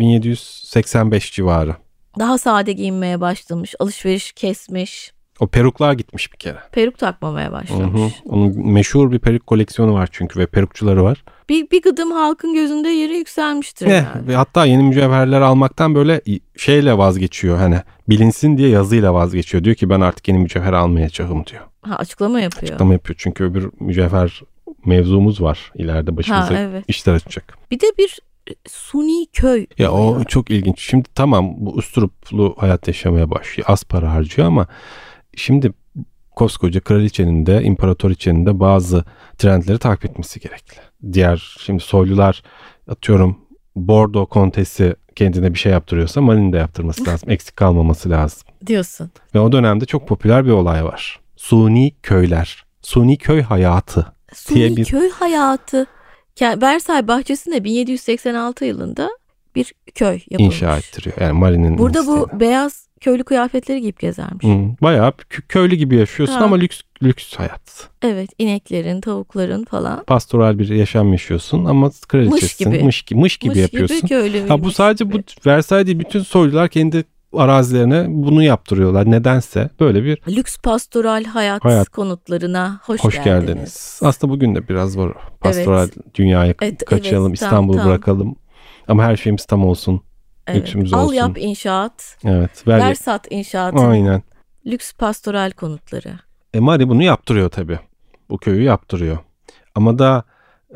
Speaker 2: 1785 civarı.
Speaker 1: Daha sade giyinmeye başlamış, alışveriş kesmiş.
Speaker 2: O peruklar gitmiş bir kere.
Speaker 1: Peruk takmamaya başlamış.
Speaker 2: Onun meşhur bir peruk koleksiyonu var çünkü ve perukçuları var.
Speaker 1: Bir gıdım halkın gözünde yeri yükselmiştir herhalde.
Speaker 2: Ve hatta yeni mücevherler almaktan böyle şeyle vazgeçiyor, hani bilinsin diye yazıyla vazgeçiyor. Diyor ki ben artık yeni mücevher almayacağım diyor.
Speaker 1: Açıklama yapıyor.
Speaker 2: Açıklama yapıyor çünkü öbür mücevher mevzumuz var ileride başımıza işler açacak.
Speaker 1: Bir de bir suni köy.
Speaker 2: Ya o çok ilginç. Şimdi tamam, bu usturuplu hayat yaşamaya başlıyor. Az para harcıyor ama şimdi koskoca kraliçenin de imparatoriçenin de bazı trendleri takip etmesi gerekli. Şimdi soylular, atıyorum Bordo kontesi kendine bir şey yaptırıyorsa Mari'nin de yaptırması lazım. Eksik kalmaması lazım.
Speaker 1: Diyorsun.
Speaker 2: Ve o dönemde çok popüler bir olay var. Suni köyler. Suni köy hayatı.
Speaker 1: Suni köy hayatı. Versay bahçesinde 1786 yılında bir köy yapılmış.
Speaker 2: İnşa ettiriyor. Yani Mari'nin
Speaker 1: burada
Speaker 2: isteğini.
Speaker 1: Bu beyaz köylü kıyafetleri giyip gezermiş.
Speaker 2: Bayağı köylü gibi yaşıyorsun ama lüks hayat.
Speaker 1: Evet, ineklerin, tavukların falan.
Speaker 2: Pastoral bir yaşam yaşıyorsun ama kraliçesin. Mış gibi yapıyorsun.
Speaker 1: Gibi köylü.
Speaker 2: Bu sadece bu Versailles değil, bütün soylular kendi arazilerine bunu yaptırıyorlar. Nedense böyle bir
Speaker 1: lüks pastoral hayat konutlarına hoş geldiniz.
Speaker 2: Aslında bugün de biraz var. Pastoral dünyaya kaçalım, İstanbul'u bırakalım. Ama her şeyimiz tam olsun.
Speaker 1: Evet.
Speaker 2: Lüksümüz olsun.
Speaker 1: Al yap inşaat.
Speaker 2: Evet.
Speaker 1: Ver sat inşaatı.
Speaker 2: Aynen.
Speaker 1: Lüks pastoral konutları.
Speaker 2: Mari bunu yaptırıyor tabii. Bu köyü yaptırıyor. Ama da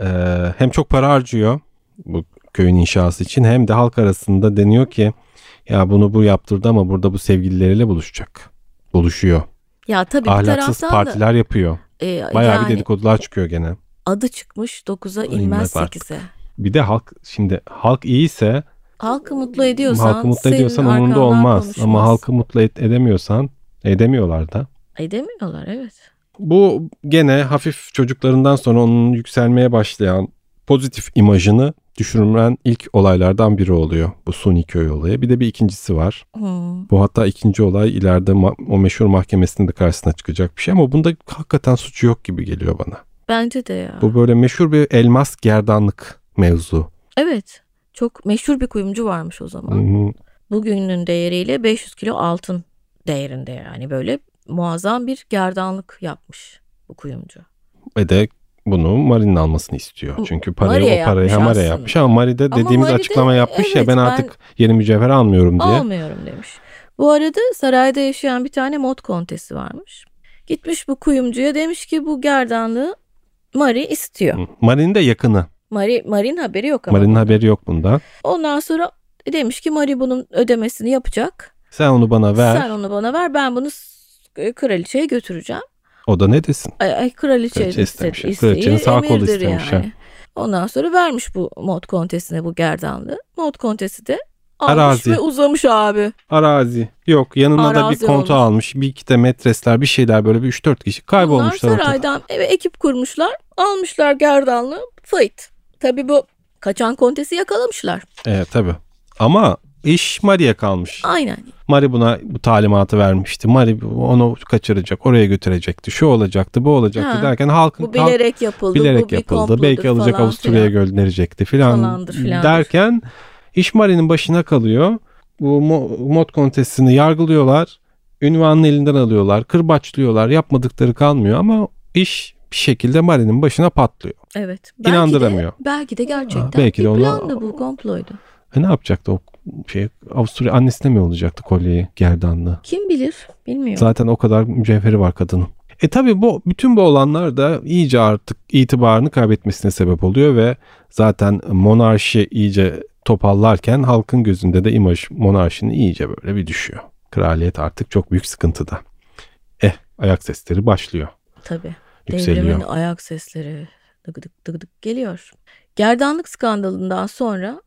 Speaker 2: hem çok para harcıyor bu köyün inşası için, hem de halk arasında deniyor ki ya bunu bu yaptırdı ama burada bu sevgilileriyle buluşuyor.
Speaker 1: Ya tabii
Speaker 2: ahlaksız partiler yapıyor. Bayağı bir dedikodular çıkıyor gene.
Speaker 1: Adı çıkmış 9'a inmez 8'e.
Speaker 2: Bir de halk iyiyse,
Speaker 1: halkı mutlu ediyorsan
Speaker 2: umurunda olmaz. Konuşmaz. Ama halkı mutlu edemiyorsan, edemiyorlar da.
Speaker 1: Edemiyorlar, evet.
Speaker 2: Bu gene hafif çocuklarından sonra onun yükselmeye başlayan pozitif imajını düşürülen ilk olaylardan biri oluyor. Bu Suni köy olayı. Bir de bir ikincisi var. Bu hatta ikinci olay ileride o meşhur mahkemesinde de karşısına çıkacak bir şey ama bunda hakikaten suçu yok gibi geliyor bana.
Speaker 1: Bence de ya.
Speaker 2: Bu böyle meşhur bir elmas gerdanlık mevzu.
Speaker 1: Evet. Çok meşhur bir kuyumcu varmış o zaman. Bugünün değeriyle 500 kilo altın değerinde, yani böyle muazzam bir gerdanlık yapmış bu kuyumcu.
Speaker 2: Ve de bunu Mari'nin almasını istiyor. Çünkü o parayı Mari yapmış ama Mari de dediğimiz açıklama yapmış ya, ben artık yeni mücevher almıyorum diye.
Speaker 1: Almıyorum demiş. Bu arada sarayda yaşayan bir tane mod kontesi varmış. Gitmiş bu kuyumcuya, demiş ki bu gerdanlığı Mari istiyor.
Speaker 2: Mari'nin de yakını.
Speaker 1: Mari'nin haberi yok ama.
Speaker 2: Mari'nin haberi yok bundan.
Speaker 1: Ondan sonra demiş ki Mari bunun ödemesini yapacak.
Speaker 2: Sen onu bana ver.
Speaker 1: Ben bunu kraliçeye götüreceğim.
Speaker 2: O da ne desin?
Speaker 1: Kraliçe
Speaker 2: istemiş. Kraliçenin sağ kolu istemiş.
Speaker 1: Yani. Ondan sonra vermiş bu mod kontesine bu gerdanlığı. Mod kontesi de almış ve uzamış abi.
Speaker 2: Arazi. Yok, yanına da bir kontu almış. Bir iki de metresler, bir şeyler, böyle bir 3-4 kişi kaybolmuşlar.
Speaker 1: Onlar saraydan eve ekip kurmuşlar. Almışlar gerdanlığı. Fıйt. Tabii bu kaçan kontesi yakalamışlar.
Speaker 2: Tabii. Ama iş Mari'ye kalmış.
Speaker 1: Aynen.
Speaker 2: Mari buna bu talimatı vermişti. Mari onu kaçıracak, oraya götürecekti. Şu olacaktı, bu olacaktı derken halkın...
Speaker 1: Bu bilerek yapıldı.
Speaker 2: Belki alacak Avusturya'ya gönderecekti filan derken iş Mari'nin başına kalıyor. Bu mod kontesini yargılıyorlar. Ünvanını elinden alıyorlar. Kırbaçlıyorlar. Yapmadıkları kalmıyor ama iş bir şekilde Mari'nin başına patlıyor.
Speaker 1: Evet.
Speaker 2: İnandıramıyor.
Speaker 1: Belki de gerçekten bir plandı, bu komploydu.
Speaker 2: Ne yapacaktı o Avusturya annesine mi olacaktı kolyeyi, gerdanlığı?
Speaker 1: Kim bilir, bilmiyorum.
Speaker 2: Zaten o kadar mücevheri var kadının. Tabii bütün bu olanlar da iyice artık itibarını kaybetmesine sebep oluyor ve zaten monarşi iyice topallarken halkın gözünde de monarşinin iyice böyle bir düşüyor. Kraliyet artık çok büyük sıkıntıda. Ayak sesleri başlıyor.
Speaker 1: Tabii.
Speaker 2: Yükseliyor.
Speaker 1: Devrimin ayak sesleri dıgıdık dıgıdık geliyor. Gerdanlık skandalından sonra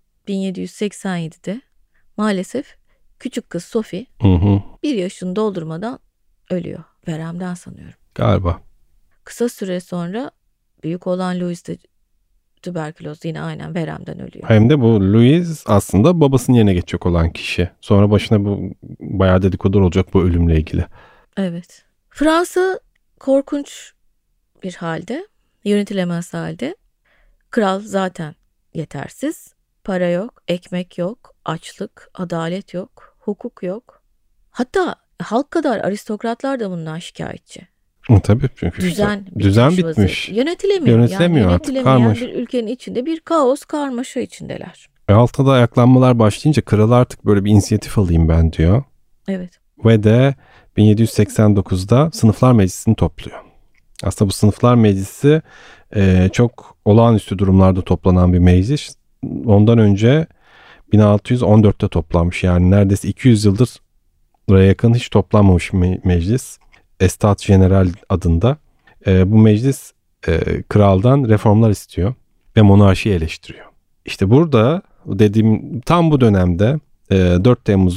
Speaker 1: 1787'de maalesef küçük kız Sophie 1 yaşını doldurmadan ölüyor. Veremden sanıyorum.
Speaker 2: Galiba.
Speaker 1: Kısa süre sonra büyük olan Louis de tüberküloz yine aynen veremden ölüyor.
Speaker 2: Hem de bu Louis aslında babasının yerine geçecek olan kişi. Sonra başına bu bayağı dedikodu olacak bu ölümle ilgili.
Speaker 1: Evet. Fransa korkunç bir halde, yönetilemez halde. Kral zaten yetersiz. Para yok, ekmek yok, açlık, adalet yok, hukuk yok. Hatta halk kadar aristokratlar da bundan şikayetçi.
Speaker 2: Tabii çünkü
Speaker 1: Düzen
Speaker 2: bitmiş.
Speaker 1: Yönetilemiyor
Speaker 2: artık,
Speaker 1: yönetilemeyen bir ülkenin içinde bir kaos, karmaşa içindeler.
Speaker 2: Altta da ayaklanmalar başlayınca kral artık böyle bir inisiyatif alayım ben diyor.
Speaker 1: Evet.
Speaker 2: Ve de 1789'da Sınıflar Meclisi'ni topluyor. Aslında bu Sınıflar Meclisi çok olağanüstü durumlarda toplanan bir meclis. Ondan önce 1614'te toplanmış. Yani neredeyse 200 yıldır yakın hiç toplanmamış meclis. Estat General adında. Bu meclis kraldan reformlar istiyor ve monarşiyi eleştiriyor. İşte burada dediğim tam bu dönemde 4 Temmuz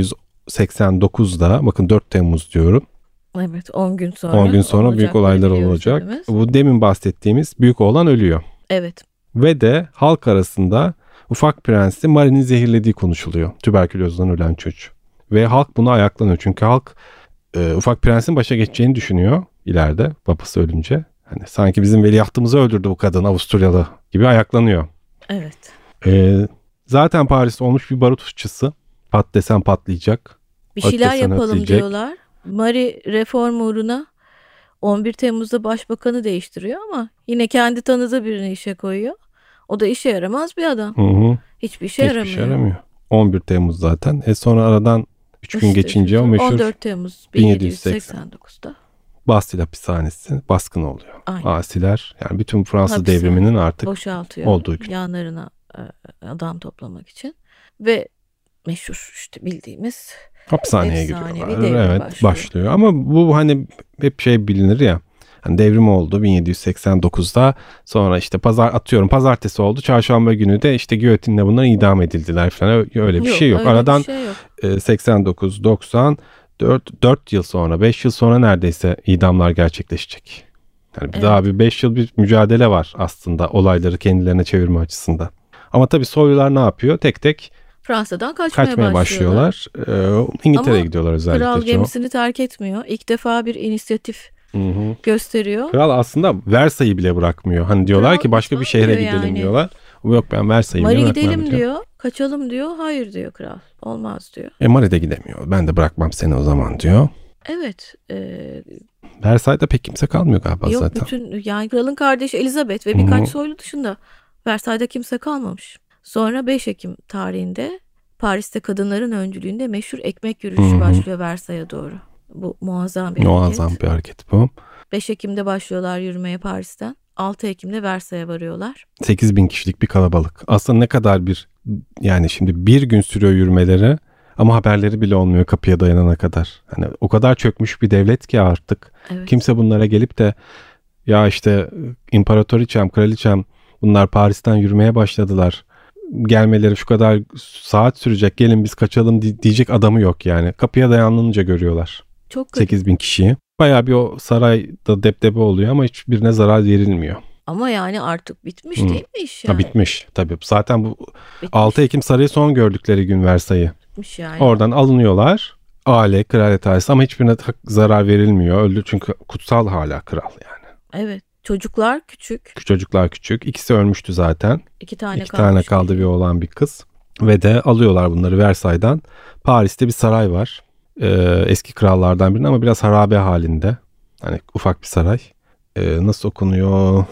Speaker 2: 1789'da, bakın 4 Temmuz diyorum.
Speaker 1: Evet, 10 gün sonra.
Speaker 2: 10 gün sonra büyük olaylar olacak. Hepimiz. Bu demin bahsettiğimiz büyük oğlan ölüyor.
Speaker 1: Evet.
Speaker 2: Ve de halk arasında Ufak Prens'i Marie'nin zehirlediği konuşuluyor. Tüberkülozdan ölen çocuk. Ve halk buna ayaklanıyor. Çünkü halk Ufak Prens'in başa geçeceğini düşünüyor ileride babası ölünce. Hani sanki bizim veliahtımızı öldürdü bu kadın Avusturyalı gibi ayaklanıyor.
Speaker 1: Evet.
Speaker 2: Zaten Paris'te olmuş bir barut fıçısı. Pat desen patlayacak.
Speaker 1: Bir şeyler yapalım diyorlar. Marie reform uğruna 11 Temmuz'da başbakanı değiştiriyor ama yine kendi tanıdığı birini işe koyuyor. O da işe yaramaz bir adam.
Speaker 2: Hı.
Speaker 1: Hiçbir şey yaramıyor.
Speaker 2: 11 Temmuz zaten. Sonra aradan 3 gün geçince o meşhur
Speaker 1: 14 Temmuz 1789'da
Speaker 2: Bastille hapishanesi baskın oluyor.
Speaker 1: Aynen.
Speaker 2: Asiler, yani bütün Fransız devriminin artık
Speaker 1: boşaltıyor
Speaker 2: olduğu gün.
Speaker 1: yanlarına adam toplamak için ve meşhur işte bildiğimiz
Speaker 2: hapishaneye giriyorlar. Evet, başlıyor. Ama bu hani hep şey bilinir ya. Hani devrim oldu 1789'da. Sonra işte pazartesi oldu. Çarşamba günü de işte giyotinle bunlar idam edildiler falan. Öyle bir şey yok. Aradan 89, 90, 4 yıl sonra, 5 yıl sonra neredeyse idamlar gerçekleşecek. Yani daha bir 5 yıl bir mücadele var aslında olayları kendilerine çevirme açısından. Ama tabii soylular ne yapıyor? Tek tek
Speaker 1: Fransa'dan kaçmaya
Speaker 2: başlıyorlar. İngiltere'ye gidiyorlar özellikle.
Speaker 1: Kral gemisini terk etmiyor. İlk defa bir inisiyatif gösteriyor.
Speaker 2: Kral aslında Versay'ı bile bırakmıyor. Hani diyorlar ki başka bir şehre gidelim diyorlar. Yok, ben Versay'ı bile bırakmam diyor.
Speaker 1: Gidelim diyor. Kaçalım diyor. Hayır diyor kral. Olmaz diyor.
Speaker 2: Marie de gidemiyor. Ben de bırakmam seni o zaman diyor.
Speaker 1: Evet.
Speaker 2: Versay'da pek kimse kalmıyor galiba zaten.
Speaker 1: Yani kralın kardeşi Elizabeth ve birkaç soylu dışında Versay'da kimse kalmamış. Sonra 5 Ekim tarihinde Paris'te kadınların öncülüğünde meşhur ekmek yürüyüşü başlıyor Versay'a doğru. Bu muazzam bir
Speaker 2: hareket bu.
Speaker 1: 5 Ekim'de başlıyorlar yürümeye Paris'ten. 6 Ekim'de Versay'a varıyorlar.
Speaker 2: 8.000 kişilik bir kalabalık. Aslında ne kadar yani şimdi bir gün sürüyor yürümeleri ama haberleri bile olmuyor kapıya dayanana kadar. Hani o kadar çökmüş bir devlet ki artık. Evet. Kimse bunlara gelip de ya işte imparatoriçem, kraliçem bunlar Paris'ten yürümeye başladılar. Gelmeleri şu kadar saat sürecek, gelin biz kaçalım diyecek adamı yok yani. Kapıya dayanınca görüyorlar.
Speaker 1: Çok
Speaker 2: 8.000 kişiyi. Bayağı bir o sarayda depdebe oluyor ama hiçbirine zarar verilmiyor.
Speaker 1: Ama yani artık bitmiş değil mi iş yani?
Speaker 2: Bitmiş tabii. Zaten bu 6 Ekim sarayı son gördükleri gün Versay'ı.
Speaker 1: Bitmiş yani.
Speaker 2: Oradan alınıyorlar. Aile, kraliyet ailesi ama hiçbirine zarar verilmiyor. Öldü çünkü kutsal hala kral yani.
Speaker 1: Evet. Çocuklar küçük.
Speaker 2: Çocuklar küçük. İkisi ölmüştü zaten.
Speaker 1: 2 tane
Speaker 2: kaldı, bir oğlan bir kız. Ve de alıyorlar bunları Versay'dan. Paris'te bir saray var. Eski krallardan birinin ama biraz harabe halinde. Hani ufak bir saray. Nasıl okunuyor?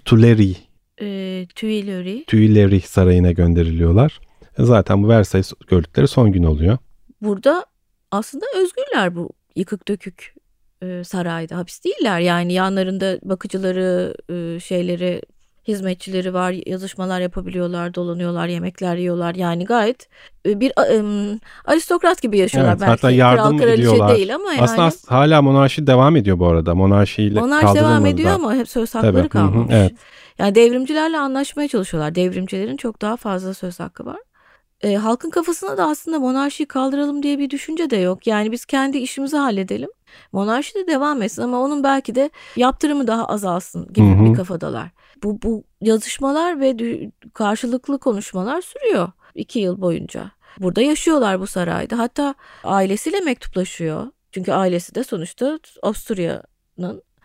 Speaker 2: Tuileries Sarayı'na gönderiliyorlar. Zaten bu Versailles gördükleri son gün oluyor.
Speaker 1: Burada aslında özgürler bu yıkık dökük sarayda. Hapis değiller. Yani yanlarında bakıcıları, hizmetçileri var. Yazışmalar yapabiliyorlar, dolanıyorlar, yemekler yiyorlar. Yani gayet bir aristokrat gibi yaşıyorlar.
Speaker 2: Evet, hatta yardım ediyorlar.
Speaker 1: Değil ama yani.
Speaker 2: Aslında hala monarşi devam ediyor bu arada. Monarşi
Speaker 1: devam ediyor ama hep söz hakları kalmamış.
Speaker 2: Evet.
Speaker 1: Yani devrimcilerle anlaşmaya çalışıyorlar. Devrimcilerin çok daha fazla söz hakkı var. Halkın kafasına da aslında monarşiyi kaldıralım diye bir düşünce de yok. Yani biz kendi işimizi halledelim. Monarşi de devam etsin ama onun belki de yaptırımı daha azalsın gibi bir kafadalar. Bu yazışmalar ve karşılıklı konuşmalar sürüyor 2 yıl boyunca. Burada yaşıyorlar bu sarayda. Hatta ailesiyle mektuplaşıyor. Çünkü ailesi de sonuçta Avusturya'nın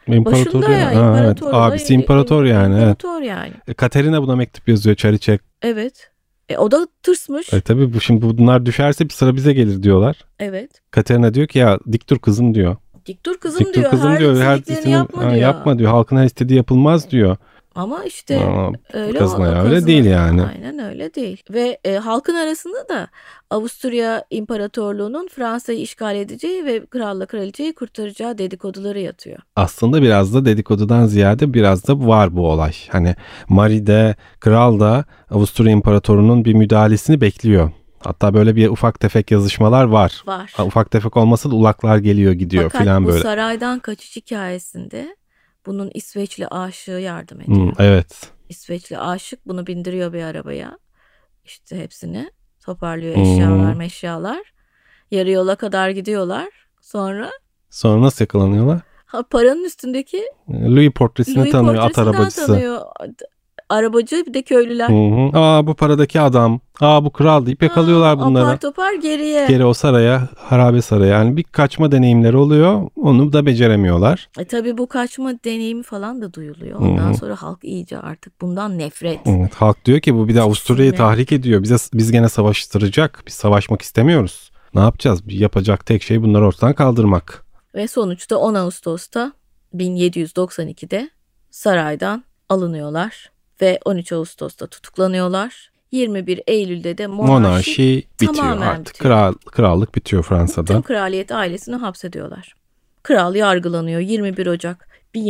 Speaker 1: Başında ya imparator.
Speaker 2: Evet. Abisi imparator yani.
Speaker 1: İmparator yani.
Speaker 2: Katerina buna mektup yazıyor Çariçek.
Speaker 1: Evet. O da tırsmış.
Speaker 2: Tabii şimdi bunlar düşerse bir sıra bize gelir diyorlar.
Speaker 1: Evet.
Speaker 2: Katerina diyor ki ya dik dur kızım diyor.
Speaker 1: Dik dur kızım diyor. Her istediklerini yapma diyor.
Speaker 2: Yapma diyor. Halkın her istediği yapılmaz diyor.
Speaker 1: Ama işte öyle
Speaker 2: öyle değil yani.
Speaker 1: Aynen öyle değil. Ve halkın arasında da Avusturya İmparatorluğu'nun Fransa'yı işgal edeceği ve kralla kraliçeyi kurtaracağı dedikoduları yatıyor.
Speaker 2: Aslında biraz da dedikodudan ziyade biraz da var bu olay. Hani Marie'de, kral da Avusturya İmparatorluğu'nun bir müdahalesini bekliyor. Hatta böyle bir ufak tefek yazışmalar var. Ufak tefek olmasa da ulaklar geliyor gidiyor falan böyle.
Speaker 1: Fakat bu saraydan kaçış hikayesinde bunun İsveçli aşığı yardım ediyor.
Speaker 2: Evet.
Speaker 1: İsveçli aşık bunu bindiriyor bir arabaya. İşte hepsini toparlıyor, eşyalar meşyalar. Yarı yola kadar gidiyorlar. Sonra
Speaker 2: nasıl yakalanıyorlar?
Speaker 1: Paranın üstündeki
Speaker 2: Louis portresini tanıyor, at arabacısı.
Speaker 1: Tanıyor. Arabacı bir de köylüler.
Speaker 2: Bu paradaki adam. Bu kral deyip yakalıyorlar bunları.
Speaker 1: Apar topar geriye.
Speaker 2: Geri o saraya, harabe saraya. Yani bir kaçma deneyimleri oluyor. Onu da beceremiyorlar.
Speaker 1: Tabii bu kaçma deneyimi falan da duyuluyor. Ondan sonra halk iyice artık bundan nefret.
Speaker 2: Evet, halk diyor ki bu bir de Avusturya'yı tahrik ediyor. Biz gene savaştıracak. Biz savaşmak istemiyoruz. Ne yapacağız? Yapacak tek şey bunları ortadan kaldırmak.
Speaker 1: Ve sonuçta 10 Ağustos'ta 1792'de saraydan alınıyorlar. Ve 13 Ağustos'ta tutuklanıyorlar. 21 Eylül'de de monarşi
Speaker 2: bitiyor artık. Krallık bitiyor Fransa'da.
Speaker 1: Tüm kraliyet ailesini hapsediyorlar. Kral yargılanıyor 21 Ocak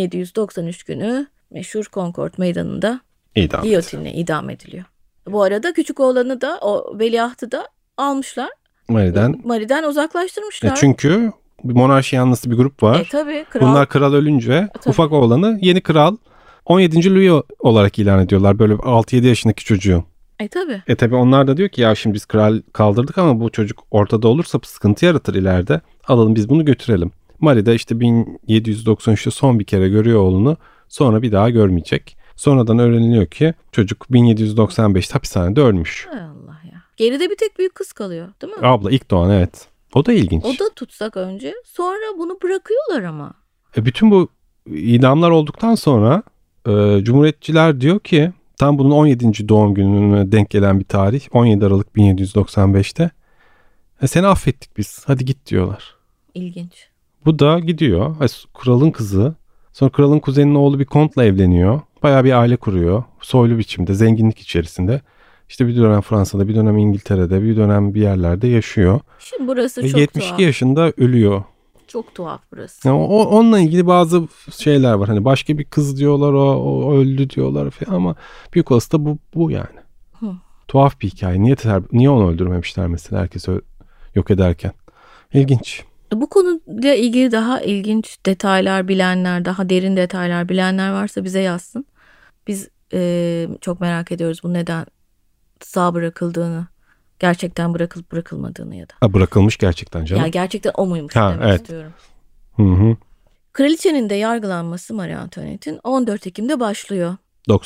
Speaker 1: 1793 günü meşhur Concord Meydanı'nda giyotinle idam ediliyor. Bu arada küçük oğlanı da o veliahtı da almışlar. Marie'den uzaklaştırmışlar.
Speaker 2: Çünkü bir monarşi yanlısı bir grup var.
Speaker 1: Tabii,
Speaker 2: bunlar kral ölünce ufak oğlanı yeni kral 17. Louis olarak ilan ediyorlar. Böyle 6-7 yaşındaki çocuğu. Tabii onlar da diyor ki ya şimdi biz kral kaldırdık ama bu çocuk ortada olursa sıkıntı yaratır ileride. Alalım biz bunu götürelim. Marie de işte 1793'te son bir kere görüyor oğlunu. Sonra bir daha görmeyecek. Sonradan öğreniliyor ki çocuk 1795'te hapishanede ölmüş.
Speaker 1: Hay Allah ya. Geride bir tek büyük kız kalıyor değil mi?
Speaker 2: Abla ilk doğan evet. O da ilginç.
Speaker 1: O da tutsak önce. Sonra bunu bırakıyorlar ama.
Speaker 2: Bütün bu idamlar olduktan sonra Cumhuriyetçiler diyor ki tam bunun 17. doğum gününe denk gelen bir tarih 17 Aralık 1795'te seni affettik biz hadi git diyorlar.
Speaker 1: İlginç.
Speaker 2: Bu da gidiyor kralın kızı sonra kralın kuzeninin oğlu bir kontla evleniyor. Bayağı bir aile kuruyor soylu biçimde zenginlik içerisinde. İşte bir dönem Fransa'da bir dönem İngiltere'de bir dönem bir yerlerde yaşıyor.
Speaker 1: Şimdi burası çok
Speaker 2: 72
Speaker 1: tuhaf.
Speaker 2: yaşında ölüyor.
Speaker 1: Çok tuhaf burası.
Speaker 2: Yani onunla ilgili bazı şeyler var. Hani başka bir kız diyorlar o öldü diyorlar falan ama büyük olasılıkla bu yani. Tuhaf bir hikaye. Niye onu öldürmemişler mesela herkesi yok ederken? İlginç.
Speaker 1: Bu konuyla ilgili daha ilginç detaylar bilenler, daha derin detaylar bilenler varsa bize yazsın. Biz çok merak ediyoruz bu neden sağ bırakıldığını. Gerçekten bırakılıp bırakılmadığını ya da.
Speaker 2: Bırakılmış gerçekten canım.
Speaker 1: Ya gerçekten o muymuş demek istiyorum.
Speaker 2: Hı.
Speaker 1: Kraliçenin de yargılanması Marie Antoinette'in 14 Ekim'de başlıyor.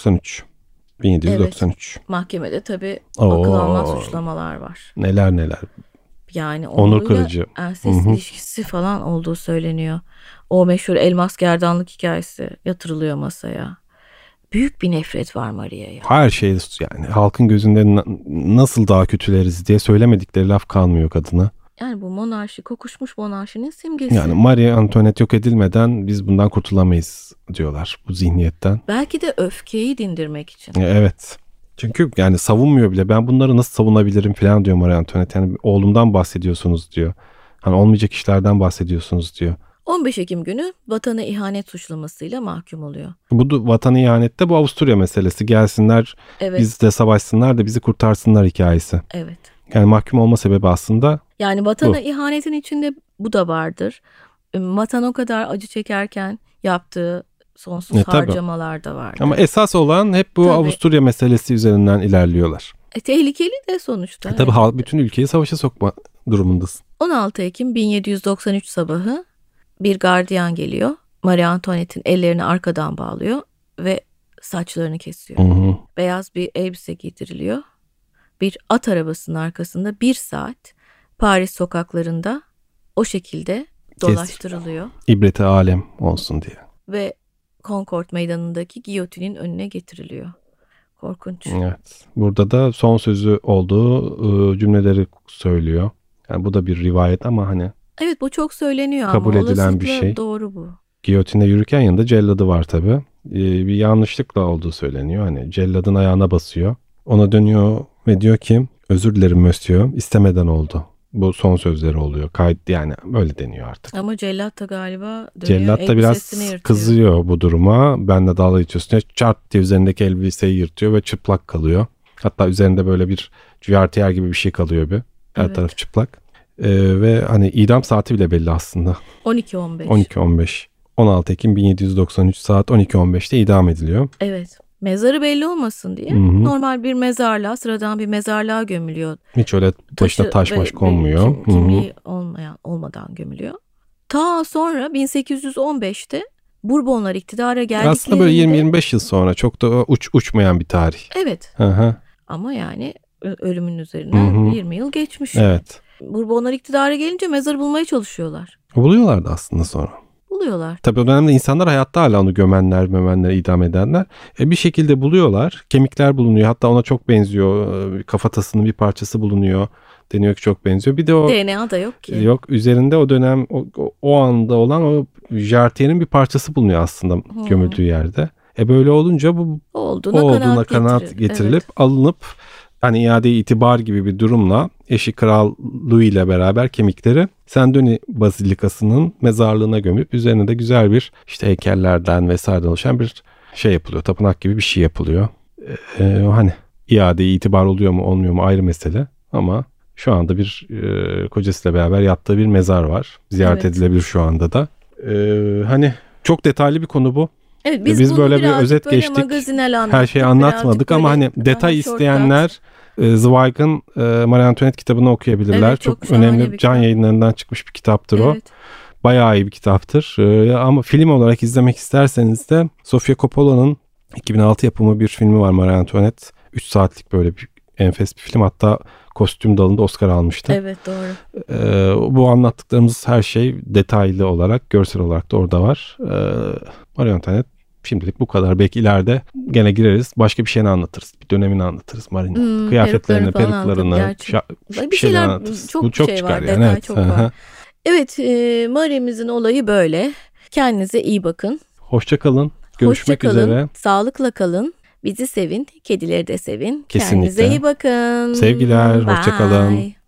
Speaker 2: 1793.
Speaker 1: Evet, mahkemede tabii akıl almaz suçlamalar var.
Speaker 2: Neler.
Speaker 1: Yani
Speaker 2: onur kırıcı.
Speaker 1: Ensest ilişkisi falan olduğu söyleniyor. O meşhur elmas gerdanlık hikayesi yatırılıyor masaya. Büyük bir nefret var Maria'ya.
Speaker 2: Her şey yani halkın gözünde nasıl daha kötüleriz diye söylemedikleri laf kalmıyor kadına.
Speaker 1: Yani bu monarşi, kokuşmuş monarşinin simgesi.
Speaker 2: Yani Marie Antoinette yok edilmeden biz bundan kurtulamayız diyorlar bu zihniyetten.
Speaker 1: Belki de öfkeyi dindirmek için.
Speaker 2: Evet. Çünkü yani savunmuyor bile. Ben bunları nasıl savunabilirim falan diyor Marie Antoinette. Yani oğlumdan bahsediyorsunuz diyor. Hani olmayacak işlerden bahsediyorsunuz diyor.
Speaker 1: 15 Ekim günü vatana ihanet suçlamasıyla mahkum oluyor.
Speaker 2: Bu vatana ihanette bu Avusturya meselesi. Gelsinler bizle savaşsınlar da bizi kurtarsınlar hikayesi.
Speaker 1: Evet.
Speaker 2: Yani mahkum olma sebebi aslında
Speaker 1: yani vatana ihanetin içinde bu da vardır. Vatan o kadar acı çekerken yaptığı sonsuz harcamalar da vardır.
Speaker 2: Ama esas olan hep bu Avusturya meselesi üzerinden ilerliyorlar.
Speaker 1: Tehlikeli de sonuçta.
Speaker 2: Tabii bütün ülkeyi savaşa sokma durumundasın.
Speaker 1: 16 Ekim 1793 sabahı bir gardiyan geliyor. Marie Antoinette'in ellerini arkadan bağlıyor ve saçlarını kesiyor. Beyaz bir elbise giydiriliyor. Bir at arabasının arkasında 1 saat Paris sokaklarında o şekilde dolaştırılıyor.
Speaker 2: İbreti alem olsun diye.
Speaker 1: ve Concord Meydanı'ndaki giyotinin önüne getiriliyor. Korkunç.
Speaker 2: Evet. Burada da son sözü olduğu cümleleri söylüyor. Yani bu da bir rivayet ama hani
Speaker 1: evet, bu çok söyleniyor
Speaker 2: kabul
Speaker 1: ama
Speaker 2: edilen bir şey.
Speaker 1: Doğru bu.
Speaker 2: Giyotinde yürürken yanında celladı var tabii. Bir yanlışlıkla olduğu söyleniyor. Hani celladın ayağına basıyor. Ona dönüyor ve diyor ki özür dilerim Monsieur, istemeden oldu. Bu son sözleri oluyor. Yani böyle deniyor artık.
Speaker 1: Ama cellat da galiba dönüyor.
Speaker 2: Cellat da biraz kızıyor bu duruma. Benle dalga geçiyorsun. Çart diye üzerindeki elbiseyi yırtıyor ve çıplak kalıyor. Hatta üzerinde böyle bir cüvartiyer gibi bir şey kalıyor bir. Her taraf çıplak. Ve hani idam saati bile belli aslında.
Speaker 1: 12.15.
Speaker 2: 12.15. 16 Ekim 1793 saat 12.15'te idam ediliyor.
Speaker 1: Evet. Mezarı belli olmasın diye normal bir mezarlığa, sıradan bir mezarlığa gömülüyor.
Speaker 2: Hiç öyle başına taş baş konmuyor.
Speaker 1: Kimliği olmadan gömülüyor. Ta sonra 1815'te Bourbonlar iktidara geldiklerinde...
Speaker 2: Aslında böyle 20-25 yıl sonra, çok da uçmayan bir tarih.
Speaker 1: Evet.
Speaker 2: Hı-hı.
Speaker 1: Ama yani ölümün üzerinden 20 yıl geçmiş.
Speaker 2: Evet.
Speaker 1: Bourbonlar iktidara gelince mezarı bulmaya çalışıyorlar.
Speaker 2: Buluyorlardı aslında sonra.
Speaker 1: Buluyorlar.
Speaker 2: Tabii o dönemde insanlar hayatta, hala onu gömenler, idam edenler. Bir şekilde buluyorlar. Kemikler bulunuyor. Hatta ona çok benziyor. Kafatasının bir parçası bulunuyor. Deniyor ki çok benziyor. Bir de o
Speaker 1: DNA da yok ki.
Speaker 2: Yok. Üzerinde o dönem o anda olan o jartiyerin bir parçası bulunuyor aslında gömüldüğü yerde. Böyle olunca bu olduğuna kanaat getirilip alınıp hani iade-i itibar gibi bir durumla eşi Kral Louis ile beraber kemikleri Saint-Denis Bazilikası'nın mezarlığına gömüp üzerine de güzel bir işte heykellerden vesaireden oluşan bir şey yapılıyor. Tapınak gibi bir şey yapılıyor. Hani iade-i itibar oluyor mu olmuyor mu ayrı mesele ama şu anda bir kocasıyla beraber yattığı bir mezar var. Ziyaret edilebilir şu anda da. Hani çok detaylı bir konu bu.
Speaker 1: Evet,
Speaker 2: biz böyle bir özet geçtik. Her şeyi anlatmadık ama hani detay isteyenler Zweig'ın Marie Antoinette kitabını okuyabilirler. Evet, çok önemli Can Yayınları'ndan çıkmış bir kitaptır o. Bayağı iyi bir kitaptır. Ama film olarak izlemek isterseniz de Sofia Coppola'nın 2006 yapımı bir filmi var, Marie Antoinette. 3 saatlik böyle bir enfes bir film. Hatta kostüm dalında Oscar almıştı.
Speaker 1: Evet, doğru.
Speaker 2: Bu anlattıklarımız her şey detaylı olarak, görsel olarak da orada var. Marie Antoinette şimdilik bu kadar. Belki ileride gene gireriz. Başka bir şeyini anlatırız. Bir dönemini anlatırız Marie'nin. Kıyafetlerini, peruklarını, bir şeyler anlatırız.
Speaker 1: Çok
Speaker 2: bu çok
Speaker 1: şey
Speaker 2: çıkar
Speaker 1: var,
Speaker 2: yani. Evet.
Speaker 1: Çok var. Evet, Marie'mizin olayı böyle. Kendinize iyi bakın.
Speaker 2: Hoşça kalın. Görüşmek üzere.
Speaker 1: Sağlıkla kalın. Bizi sevin. Kedileri de sevin.
Speaker 2: Kesinlikle.
Speaker 1: Kendinize iyi bakın.
Speaker 2: Sevgiler. Hoşça kalın.